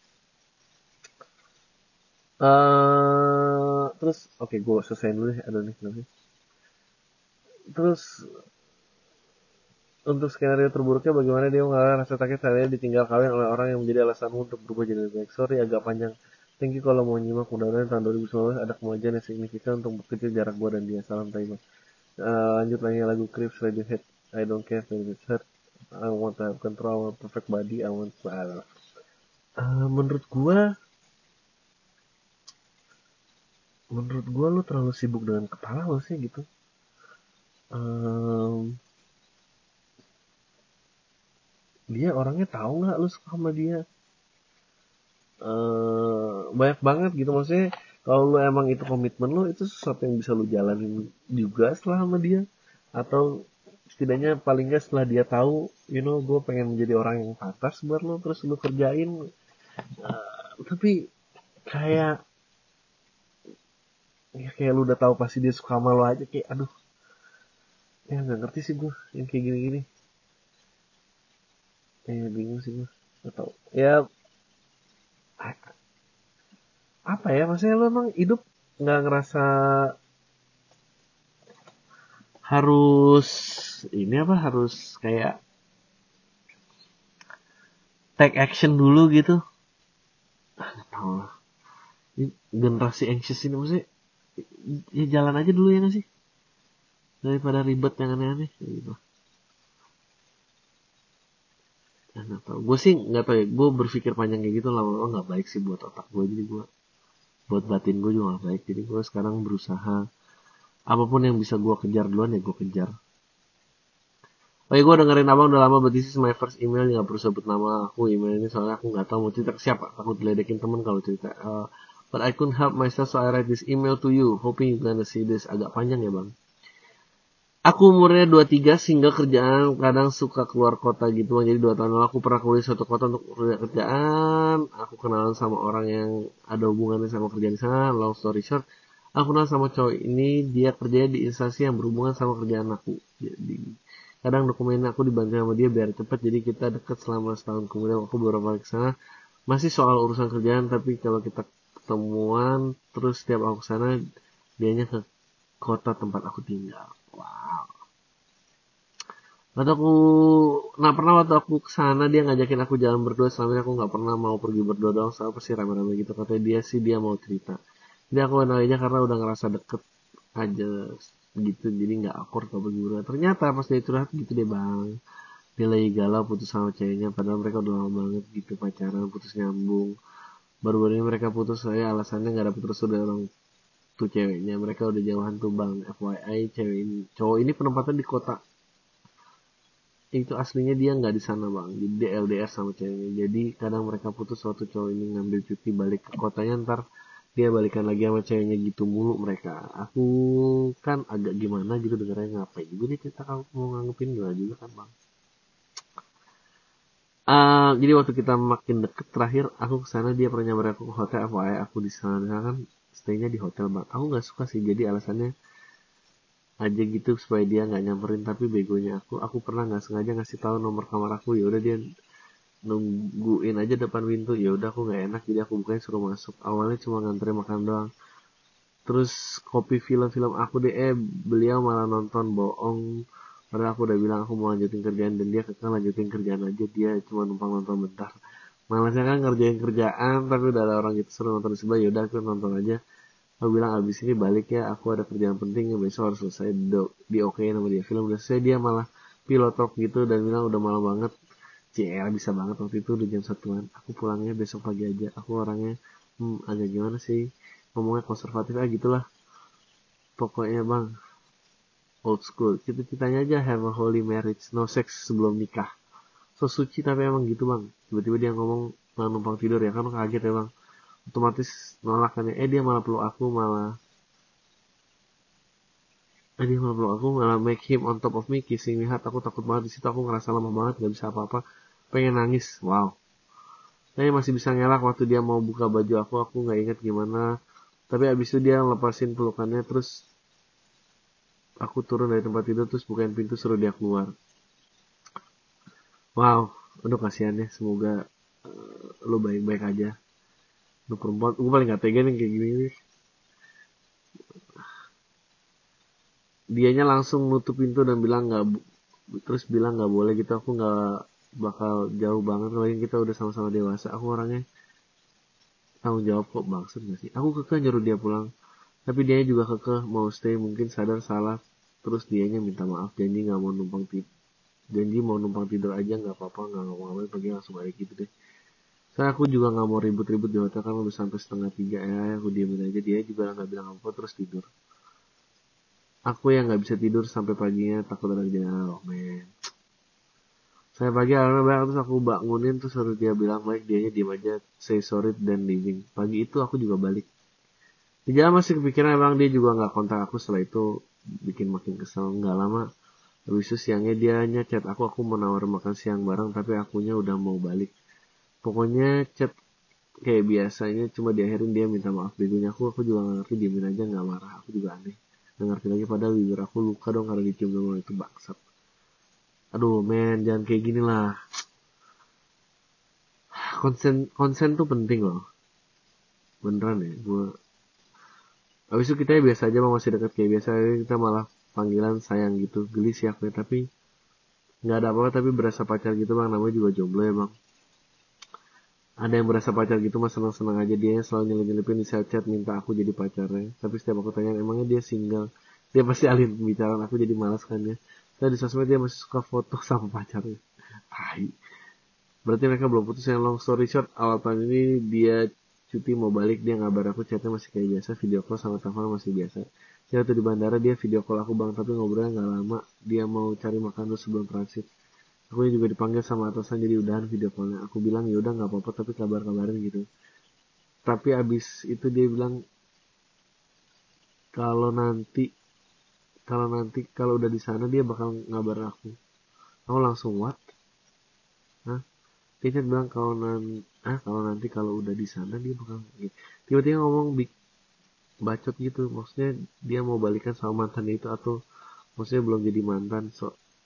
terus oke, gue selesai dulu deh. Aduh nih, nanti. Terus untuk skenario terburuknya, bagaimana dia mengalami rasa sakit saat dia ditinggal kawin oleh orang yang menjadi alasanmu untuk berubah jadi lebih baik. Sorry agak panjang. Thank you kalau mau nyimak. Mudah-mudahan tahun 2019 ada kemajuan yang signifikan untuk kecil jarak gua dan dia. Salam Taiwan. Lanjut lagi lagu Creeps Radiohead. I don't care if it's hurt. I want to have control. I want perfect body. I want. Menurut gua, lu terlalu sibuk dengan kepala lo sih gitu. Um, Dia orangnya tahu nggak lu suka sama dia? Banyak banget gitu, maksudnya kalau lu emang itu komitmen lu, itu sesuatu yang bisa lu jalanin juga setelah sama dia, atau setidaknya paling nggak setelah dia tahu, gue pengen menjadi orang yang pantas buat lu, terus lu kerjain. Tapi kayak kayak lu udah tahu pasti dia suka sama lu aja, kayak aduh, ya nggak ngerti sih gue yang kayak gini-gini. Bingung sih gue, nggak tahu ya apa ya, maksudnya lu emang hidup nggak ngerasa harus ini apa, harus kayak take action dulu gitu? Oh, ini generasi anxious ini, maksudnya ya jalan aja dulu ya gak sih, daripada ribet yang aneh-aneh gitu. Ya, nggak tahu, gue sih nggak tahu ya, gue berpikir panjang kayak gitu lama-lama nggak baik sih buat otak gue, jadi gue buat batin gue juga nggak baik, jadi gue sekarang berusaha apapun yang bisa gue kejar duluan ya gue kejar. Oh ya, gue dengerin abang udah lama, but this is my first email, nggak perlu sebut nama aku email ini soalnya aku nggak tahu mau cerita ke siapa, takut diledekin temen kalau cerita. But I couldn't help myself, so I write this email to you, hoping you gonna see this. Agak panjang ya bang. Aku umurnya 23, single, kerjaan kadang suka keluar kota gitu bang. Jadi 2 tahun lalu aku pernah kuliah suatu kota untuk kerjaan. Aku kenalan sama orang yang ada hubungannya sama kerjaan di sana. Long story short, aku kenal sama cowok ini. Dia kerjanya di instansi yang berhubungan sama kerjaan aku. Jadi kadang dokumen aku dibantu sama dia biar cepet. Jadi kita deket selama setahun. Kemudian aku baru balik ke sana. masih soal urusan kerjaan, tapi kalau kita ketemuan terus setiap aku kesana dianya ke kota tempat aku tinggal. Wow. Waktu aku, nah pernah waktu aku kesana dia ngajakin aku jalan berdua. Selama ini aku nggak pernah mau pergi berdua doang, soalnya pasti rame-rame gitu. Katanya dia sih dia mau cerita. Jadi aku kenalinya karena udah ngerasa deket aja gitu, jadi nggak awkward kalau pergi berdua. Ternyata pas dia curhat gitu deh bang, dia lagi galau putus sama ceweknya, padahal mereka udah lama banget gitu pacaran, putus nyambung. Baru-baru ini mereka putus, saya alasannya nggak dapet restu dari orang tuh ceweknya, mereka udah jauhan tuh bang. FYI cewek ini, cowok ini penempatan di kota itu aslinya dia nggak di sana bang, jadi dia LDR sama ceweknya. Jadi kadang mereka putus, suatu cowok ini ngambil cuti balik ke kotanya, ntar dia balikan lagi sama ceweknya gitu mulu mereka. Aku kan agak gimana gitu dengarnya, ngapain juga nih cerita, kamu mau nganggepin gila juga kan bang. Jadi waktu kita makin deket terakhir aku kesana, dia pernah nyamper aku ke hotel. FYI aku di sana kan staynya di hotel bang. Aku nggak suka sih, jadi alasannya aja gitu supaya dia nggak nyamperin. Tapi begonya aku pernah nggak sengaja ngasih tahu nomor kamar aku. Ya udah dia nungguin aja depan pintu. Ya udah aku nggak enak, jadi aku bukain suruh masuk. Awalnya cuma nganterin makan doang, terus kopi film-film aku deh, beliau malah nonton. Bohong, padahal aku udah bilang aku mau lanjutin kerjaan, dan dia kekal lanjutin kerjaan aja. Dia cuma numpang nonton bentar. Malasnya kan ngerjain kerjaan tapi udah ada orang gitu suruh nonton di sebelah. Yaudah aku nonton aja. Aku bilang abis ini balik ya, aku ada kerjaan penting yang besok harus selesai. Di okein sama dia, film udah selesai, dia malah pilotok gitu dan bilang udah malam banget. CR bisa banget waktu itu udah jam satuan. Aku pulangnya besok pagi aja. Aku orangnya agak gimana sih, ngomongnya konservatif gitulah. Pokoknya bang, old school. Cita-citanya aja have a holy marriage, no sex sebelum nikah. So suci tapi emang gitu bang. Tiba-tiba dia ngomong malah numpang tidur, ya kan kaget ya bang. Otomatis nolak kan ya. Dia malah peluk aku, malah make him on top of me, kissing me hard. Aku takut banget di situ, aku ngerasa lemah banget, gak bisa apa-apa, pengen nangis. Wow. Saya masih bisa ngelak waktu dia mau buka baju aku nggak ingat gimana. Tapi abis itu dia lepasin pelukannya, terus aku turun dari tempat tidur, terus bukain pintu suruh dia keluar. Wow, aduh kasihan ya, semoga lu baik-baik aja. Lu perempuan, gue paling gak tega nih kayak gini nih. Dianya langsung nutup pintu dan bilang nggak, terus bilang nggak boleh gitu. Aku nggak bakal jauh banget, lagi kita udah sama-sama dewasa. Aku orangnya tanggung jawab kok, maksud gak sih. Aku kekeh nyuruh dia pulang, tapi dia juga kekeh mau stay. Mungkin sadar salah, terus dianya minta maaf, janji nggak mau numpang tidur, janji mau numpang tidur aja nggak apa-apa, nggak ngomong-ngomong, pergi langsung balik gitu deh. Saya aku juga nggak mau ribut-ribut di hotel kan udah sampai setengah tiga. Aku diemin aja, dia juga nggak bilang apa, terus tidur. Aku yang nggak bisa tidur sampai paginya, takut ada kejadian. Oh man, saya pagi alarmnya banyak, terus aku bangunin, terus suruh dia bilang baik, dianya diem aja, say sorry dan leaving. Pagi itu aku juga balik. Di jalan masih kepikiran, emang dia juga nggak kontak aku. Setelah itu bikin makin kesel. Nggak lama habis itu siangnya dia chat aku mau nawarin makan siang bareng, tapi akunya udah mau balik. Pokoknya chat kayak biasanya, cuma diakhirin dia minta maaf. Begonya aku juga nggak ngerti, diemin aja nggak marah. Aku juga aneh nggak ngerti lagi, padahal bibir aku luka dong karena dicium dulu. Itu bangsat. Aduh men, jangan kayak gini lah. Konsen tuh penting loh, beneran ya. Abis itu kita ya biasa aja, masih dekat kayak biasa. Kita malah panggilan sayang gitu. Geli sih aku ya, tapi nggak ada apa-apa. Tapi berasa pacar gitu bang, namanya juga jomblo ya bang. Ada yang berasa pacar gitu mas, senang-senang aja. Dia selalu nyelip-nyelipin di chat minta aku jadi pacarnya. Tapi setiap aku tanya emangnya dia single, dia pasti alih pembicaraan aku, jadi malas kan ya. Saya di sosmed dia masih suka foto sama pacarnya. Tai. Berarti mereka belum putus. Yang long story short, awal tahun ini dia cuti mau balik, dia ngabar aku, chatnya masih kayak biasa, video call sama telepon masih biasa. Saya tuh di bandara, dia video call aku bang, tapi ngobrolnya nggak lama. Dia mau cari makan dulu sebelum transit. Aku juga dipanggil sama atasan, jadi udahan video callnya. Aku bilang ya udah nggak apa-apa, tapi kabar-kabarin gitu. Tapi abis itu dia bilang kalau nanti kalau udah di sana dia bakal ngabar aku. Aku langsung what? Hah? Dia bilang kalau nanti kalau udah di sana dia bakal gitu. Tiba-tiba ngomong bacot gitu, maksudnya dia mau balikan sama mantan itu, atau maksudnya belum jadi mantan,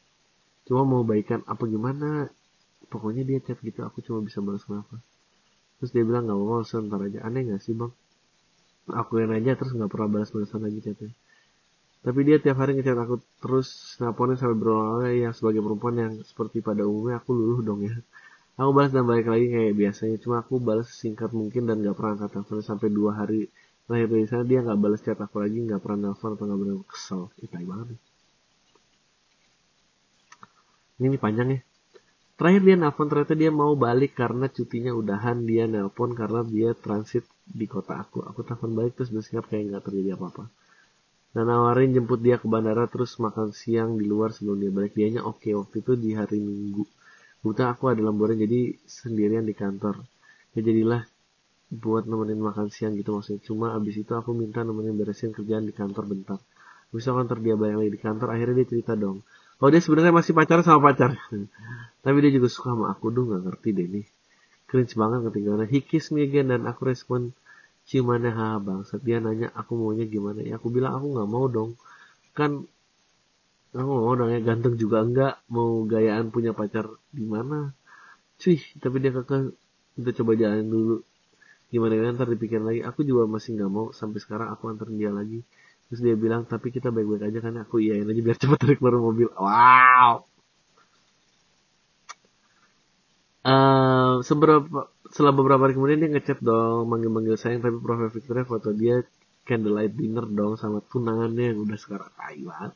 cuma mau baikan apa gimana. Pokoknya dia chat gitu, aku cuma bisa balas kenapa. Terus dia bilang nggak mau, sebentar aja. Aneh nggak sih bang? Akuin aja terus nggak pernah balas-balasan lagi chatnya. Tapi dia tiap hari ngechat aku terus, nelponin sampai berulang kali. Yang sebagai perempuan yang seperti pada umumnya aku luluh dong ya. Aku balas dan balik lagi kayak biasanya. Cuma aku balas singkat mungkin dan gak pernah angkat telepon sampai 2 hari terakhir dari sana. Dia gak balas chat aku lagi, gak pernah nelfon atau gak pernah. Kesel. Itai banget nih. Ini panjang ya. Terakhir dia nelpon ternyata dia mau balik karena cutinya udahan. Dia nelpon karena dia transit di kota aku. Aku telepon balik terus bersikap kayak gak terjadi apa-apa. Dan nawarin jemput dia ke bandara terus makan siang di luar sebelum dia balik. Dianya oke. Waktu itu di hari Minggu. Kebetulan aku ada lemburan jadi sendirian di kantor. Ya jadilah buat nemenin makan siang gitu maksudnya. Cuma abis itu aku minta nemenin beresin kerjaan di kantor bentar. Abis itu kantor dia balik lagi di kantor, akhirnya dia cerita dong. Oh dia sebenarnya masih pacaran sama pacar. Tapi dia juga suka sama aku dong, gak ngerti deh nih. Cringe banget ketinggalan. He kiss me again dan aku respon ciumannya bangsat. Dia nanya aku maunya gimana. Ya aku bilang aku gak mau dong. Kan aku mau dong ya ganteng juga enggak. Mau gayaan punya pacar di mana? Cuy, tapi dia kekeh kita coba jalan dulu. Gimana ya ntar dipikir lagi. Aku juga masih nggak mau sampai sekarang aku anterin dia lagi. Terus dia bilang tapi kita baik-baik aja kan. Aku iyain aja biar cepet tarik keluar mobil. Wow. Setelah beberapa hari kemudian dia ngechat dong, manggil-manggil sayang, tapi profile picture foto dia candlelight dinner dong sama tunangannya yang udah sekarang banget.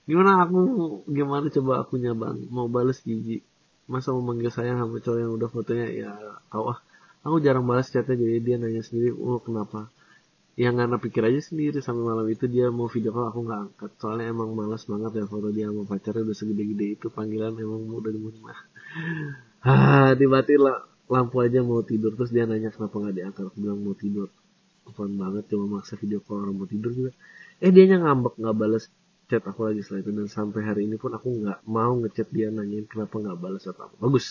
Gimana coba aku nyabang mau bales jijik. Masa mau manggil sayang sama cowok yang udah fotonya ya kau aku jarang balas chatnya jadi dia nanya sendiri, oh kenapa? Yang karena pikir aja sendiri sampai malam itu dia mau video call aku nggak angkat soalnya emang malas banget ya foto dia sama pacarnya udah segede-gede itu panggilan emang udah di rumah. Dimatiin lah lampu aja mau tidur terus dia nanya kenapa nggak diangkat aku bilang mau tidur apaan banget cuma maksa video call orang mau tidur juga dianya ngambek nggak balas chat aku lagi setelah itu dan sampai hari ini pun aku nggak mau ngechat dia nanyain kenapa nggak balas chat aku bagus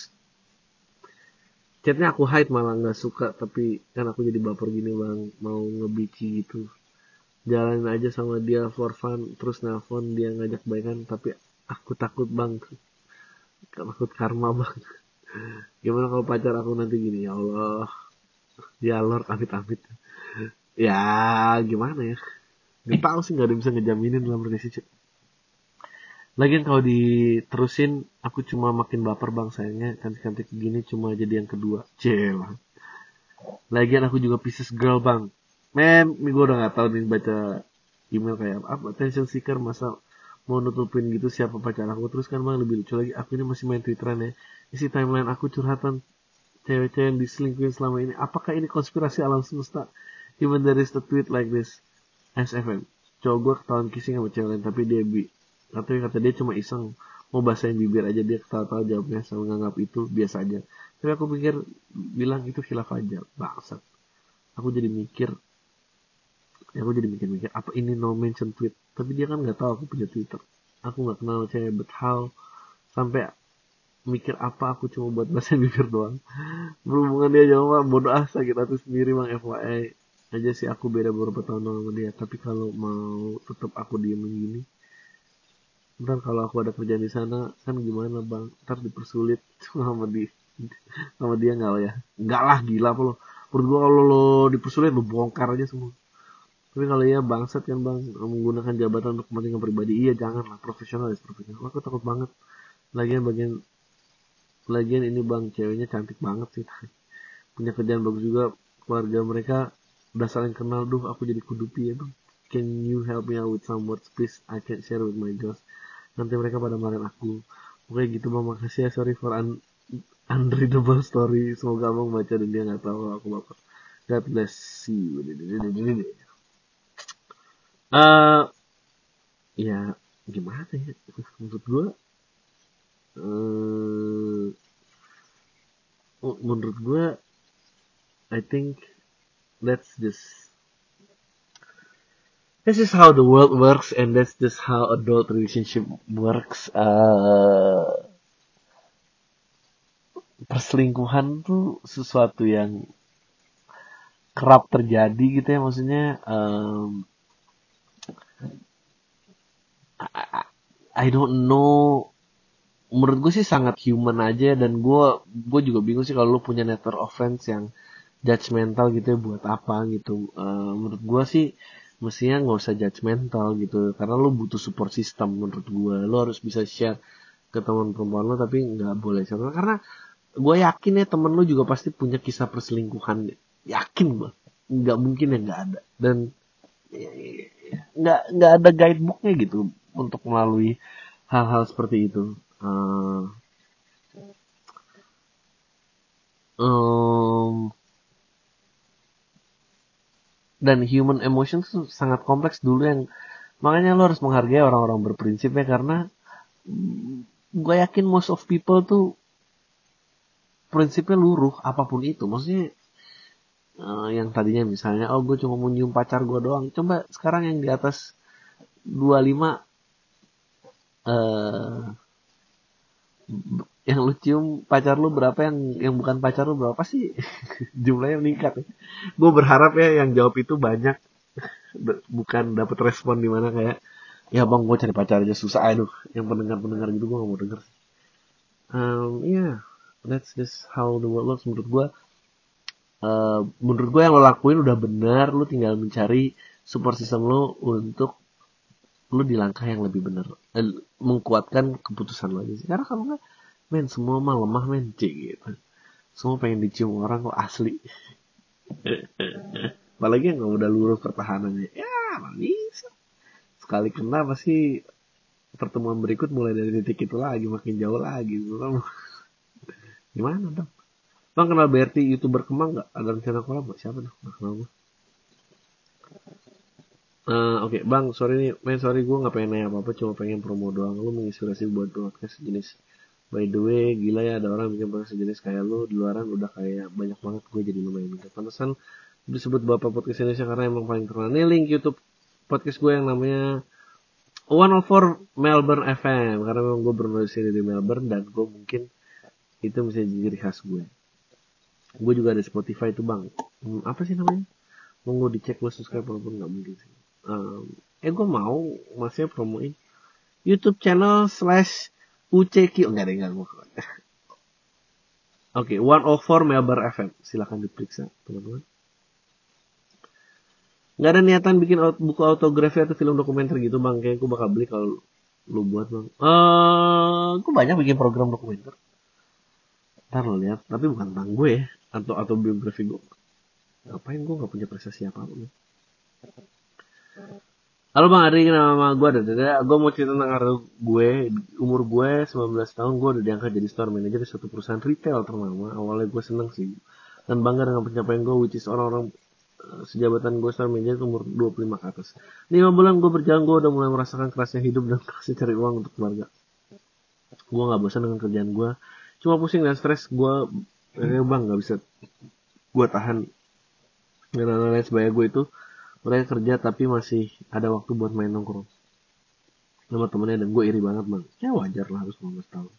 chatnya aku hide malah nggak suka tapi kan aku jadi baper gini bang mau ngebici gitu jalanin aja sama dia for fun terus nelpon dia ngajak baikan tapi aku takut bang takut karma bang gimana kalau pacar aku nanti gini ya Allah ya Lord amit-amit ya gimana ya gak tau sih gak ada yang bisa ngejaminin dalam relationship lagian kalau diterusin aku cuma makin baper bang sayangnya cantik-cantik gini cuma jadi yang kedua celah lagian aku juga Pisces girl bang men gue udah gak tahu nih baca email kayak apa attention seeker masa mau nutupin gitu siapa pacar aku terus kan bang lebih lucu lagi aku ini masih main twitteran ya isi timeline aku curhatan cewek-cewek yang diselingkuhin selama ini apakah ini konspirasi alam semesta even there is the tweet like this SFM cowok gue ketahuan kissing sama cewek lain tapi dia kata dia cuma iseng mau basahin bibir aja dia ketawa-tawa jawabnya sama nganggap itu biasa aja tapi aku pikir bilang itu khilaf aja bangsat aku jadi mikir aku jadi mikir-mikir apa ini no mention tweet tapi dia kan nggak tahu aku punya Twitter aku nggak kenal cewek but how sampai mikir apa aku cuma buat bahasa bibir doang berhubungan dia jawab mah bodoh sakit hati sendiri bang FYI aja sih aku beda beberapa tahun sama dia tapi kalau mau tetap aku diemin gini ntar kalau aku ada kerjaan di sana kan gimana bang ntar dipersulit sama dia nggak ya nggak lah gila apa lo menurut gua kalau lo dipersulit lo bongkar aja semua tapi kalau ya bangsat kan bang menggunakan jabatan untuk kepentingan pribadi iya jangan lah profesionalis profesional aku takut banget bagian lagian ini bang ceweknya cantik banget sih punya kerjaan bagus juga keluarga mereka udah saling kenal aku jadi kudupi ya bang can you help me out with some words please I can share with my girls nanti mereka pada marahin aku oke gitu bang makasih ya sorry for unreadable story semoga abang baca dan dia nggak tahu aku baper God bless you ya gimana ya menurut gue uh, menurut gue I think that's just this is how the world works and that's just how adult relationship works perselingkuhan tuh sesuatu yang kerap terjadi gitu ya maksudnya I don't know menurut gue sih sangat human aja dan gue juga bingung sih kalau lu punya network of friends yang judgmental gitu ya buat apa gitu. Menurut gue sih mestinya nggak usah judgmental gitu, karena lo butuh support system. Menurut gue lo harus bisa share ke teman perempuan lo, tapi nggak boleh share, karena gue yakin ya temen lo juga pasti punya kisah perselingkuhan, yakin gue, nggak mungkin ya nggak ada. Dan nggak ada guidebooknya gitu untuk melalui hal-hal seperti itu. Um, dan human emotions tuh sangat kompleks dulu, yang makanya lo harus menghargai orang-orang berprinsip ya, karena gue yakin most of people tuh prinsipnya luruh apapun itu. Maksudnya yang tadinya misalnya oh gue cuma mau nyium pacar gue doang, coba sekarang yang di atas 25, eh yang lu cium pacar lu berapa, yang bukan pacar lu berapa sih? Jumlahnya meningkat ya. Gue berharap ya yang jawab itu banyak, bukan dapat respon di mana kayak ya bang gue cari pacar aja susah, aduh yang pendengar gitu gue gak mau denger. Yeah, that's just how the world works menurut gue. Menurut gue yang lo lakuin udah benar, lo tinggal mencari support system lo untuk lo di langkah yang lebih benar, mengkuatkan keputusan lo aja sih. Karena kalau nggak, men semua mah lemah men, cik gitu. Semua pengen dicium orang kok asli. Apalagi yang nggak udah lurus pertahanannya, ya mana bisa. Sekali kena pasti pertemuan berikut mulai dari titik itu lagi, makin jauh lagi. Gimana dong? Bang kenal BRT youtuber Kemang nggak? Ada rencana kolab nggak? Siapa tuh? Nggak kenal gue. Oke, Bang, sorry nih, sorry gue nggak pengen nanya apa-apa, cuma pengen promo doang. Lu menginspirasi buat podcast sejenis. By the way, gila ya ada orang bikin podcast sejenis kayak lu di luaran udah kayak banyak banget, gue jadi lumayan minta. Pantesan disebut bapak podcast Indonesia karena emang paling terkenal. Nih link YouTube podcast gue yang namanya 104 Melbourne FM, karena memang gue berdomisili di Melbourne dan gue mungkin itu bisa jadi ciri khas gue. Gue juga ada Spotify tuh bang. Apa sih namanya? Mau gue dicek, gue subscribe walaupun nggak mungkin sih. Gue mau masih promoin YouTube channel slash UCQ. Enggak deh, enggak gue. Oke, 104 Melbourne FM. Silahkan diperiksa teman-teman. Nggak ada niatan bikin buku autografi atau film dokumenter gitu bang. Kayaknya gue bakal beli kalau lu buat bang. Gue banyak bikin program dokumenter. Ntar lo lihat, tapi bukan tentang gue ya, atau biografi gue. Ngapain, gue nggak punya prestasi apa-apa. Halo Bang Ari, nama gue Dada. Gue mau cerita tentang karir gue. Umur gue 19 tahun, gue udah diangkat jadi store manager di suatu perusahaan retail ternama. Awalnya gue seneng sih dan bangga dengan pencapaian gue, which is orang-orang sejabatan gue store manager umur 25 ke atas. 5 bulan gue berjalan, gue udah mulai merasakan kerasnya hidup dan kerasnya cari uang untuk keluarga. Gue gak bosan dengan kerjaan gue, cuma pusing dan stres. Gue bang gak bisa gue tahan dan lain-lain. Sebaya gue itu mereka kerja tapi masih ada waktu buat main nongkrong sama temennya, dan gue iri banget bang. Ya wajar lah, harus 15 tahun.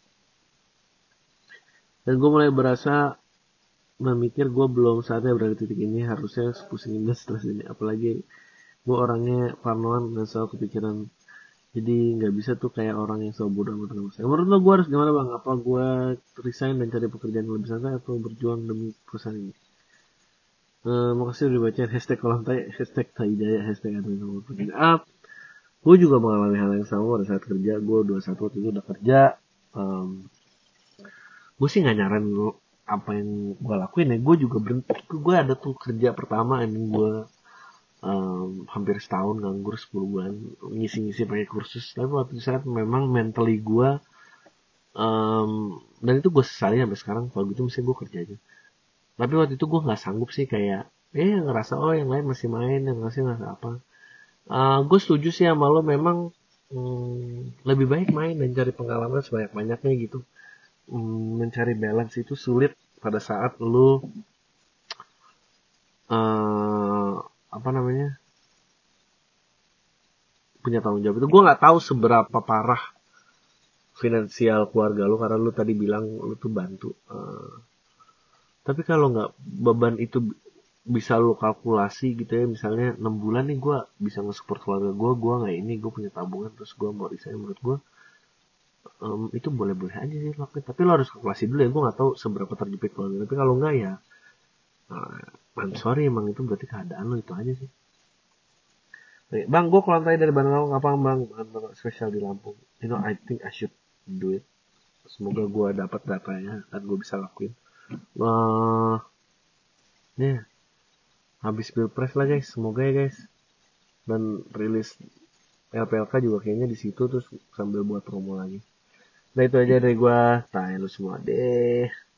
Dan gue mulai berasa memikir gue belum saatnya berada di titik ini, harusnya pusing dan stres ini. Apalagi gue orangnya parnoan dan selalu kepikiran, jadi nggak bisa tuh kayak orang yang selalu bodoh amat dengan saya. Menurut lo gue harus gimana bang? Apa gue resign dan cari pekerjaan yang lebih santai atau berjuang demi perusahaan ini? Makasih udah bacain hashtag kolam tai, hashtag tai jaya, hashtag ada nomor pekerjaan up. Gue juga mengalami hal yang sama pada saat kerja. Gue 21 waktu itu udah kerja. um, gue sih nggak nyaran lo apa yang gue lakuin ya. Gue juga berhenti. Gue ada tuh kerja pertama ini gue hampir setahun nganggur 10 bulan ngisi-ngisi pakai kursus. Tapi waktu saat memang mentally gue dan itu gue sesali sampai sekarang, kalau gitu misalnya gue kerja aja. Tapi waktu itu gue nggak sanggup sih, kayak ngerasa oh yang lain masih main, yang masih ngerasa apa. Gue setuju sih sama lo, memang lebih baik main dan cari pengalaman sebanyak-banyaknya gitu. Mencari balance itu sulit pada saat lo apa namanya punya tanggung jawab itu. Gue nggak tahu seberapa parah finansial keluarga lo, karena lo tadi bilang lo tuh bantu. Tapi kalau nggak beban itu bisa lo kalkulasi gitu ya, misalnya 6 bulan nih gue bisa nge-support keluarga gue nggak ini, gue punya tabungan terus gue mau resign. Menurut gue itu boleh-boleh aja sih lakuin, tapi lo harus kalkulasi dulu ya. Gue nggak tahu seberapa terjepit keluarga, tapi kalau nggak ya I'm sorry, emang itu berarti keadaan lo, itu aja sih. Bang, gue kalau tanya dari Bandung Lampung, kapan bang spesial di Lampung? I think I should do it. Semoga gue dapat datanya dan gue bisa lakuin. Ya, habis pilpres lah guys, semoga ya guys. Dan rilis LPLK juga kayaknya di situ, terus sambil buat promo lagi. Nah itu aja dari gue, tanya lu semua deh.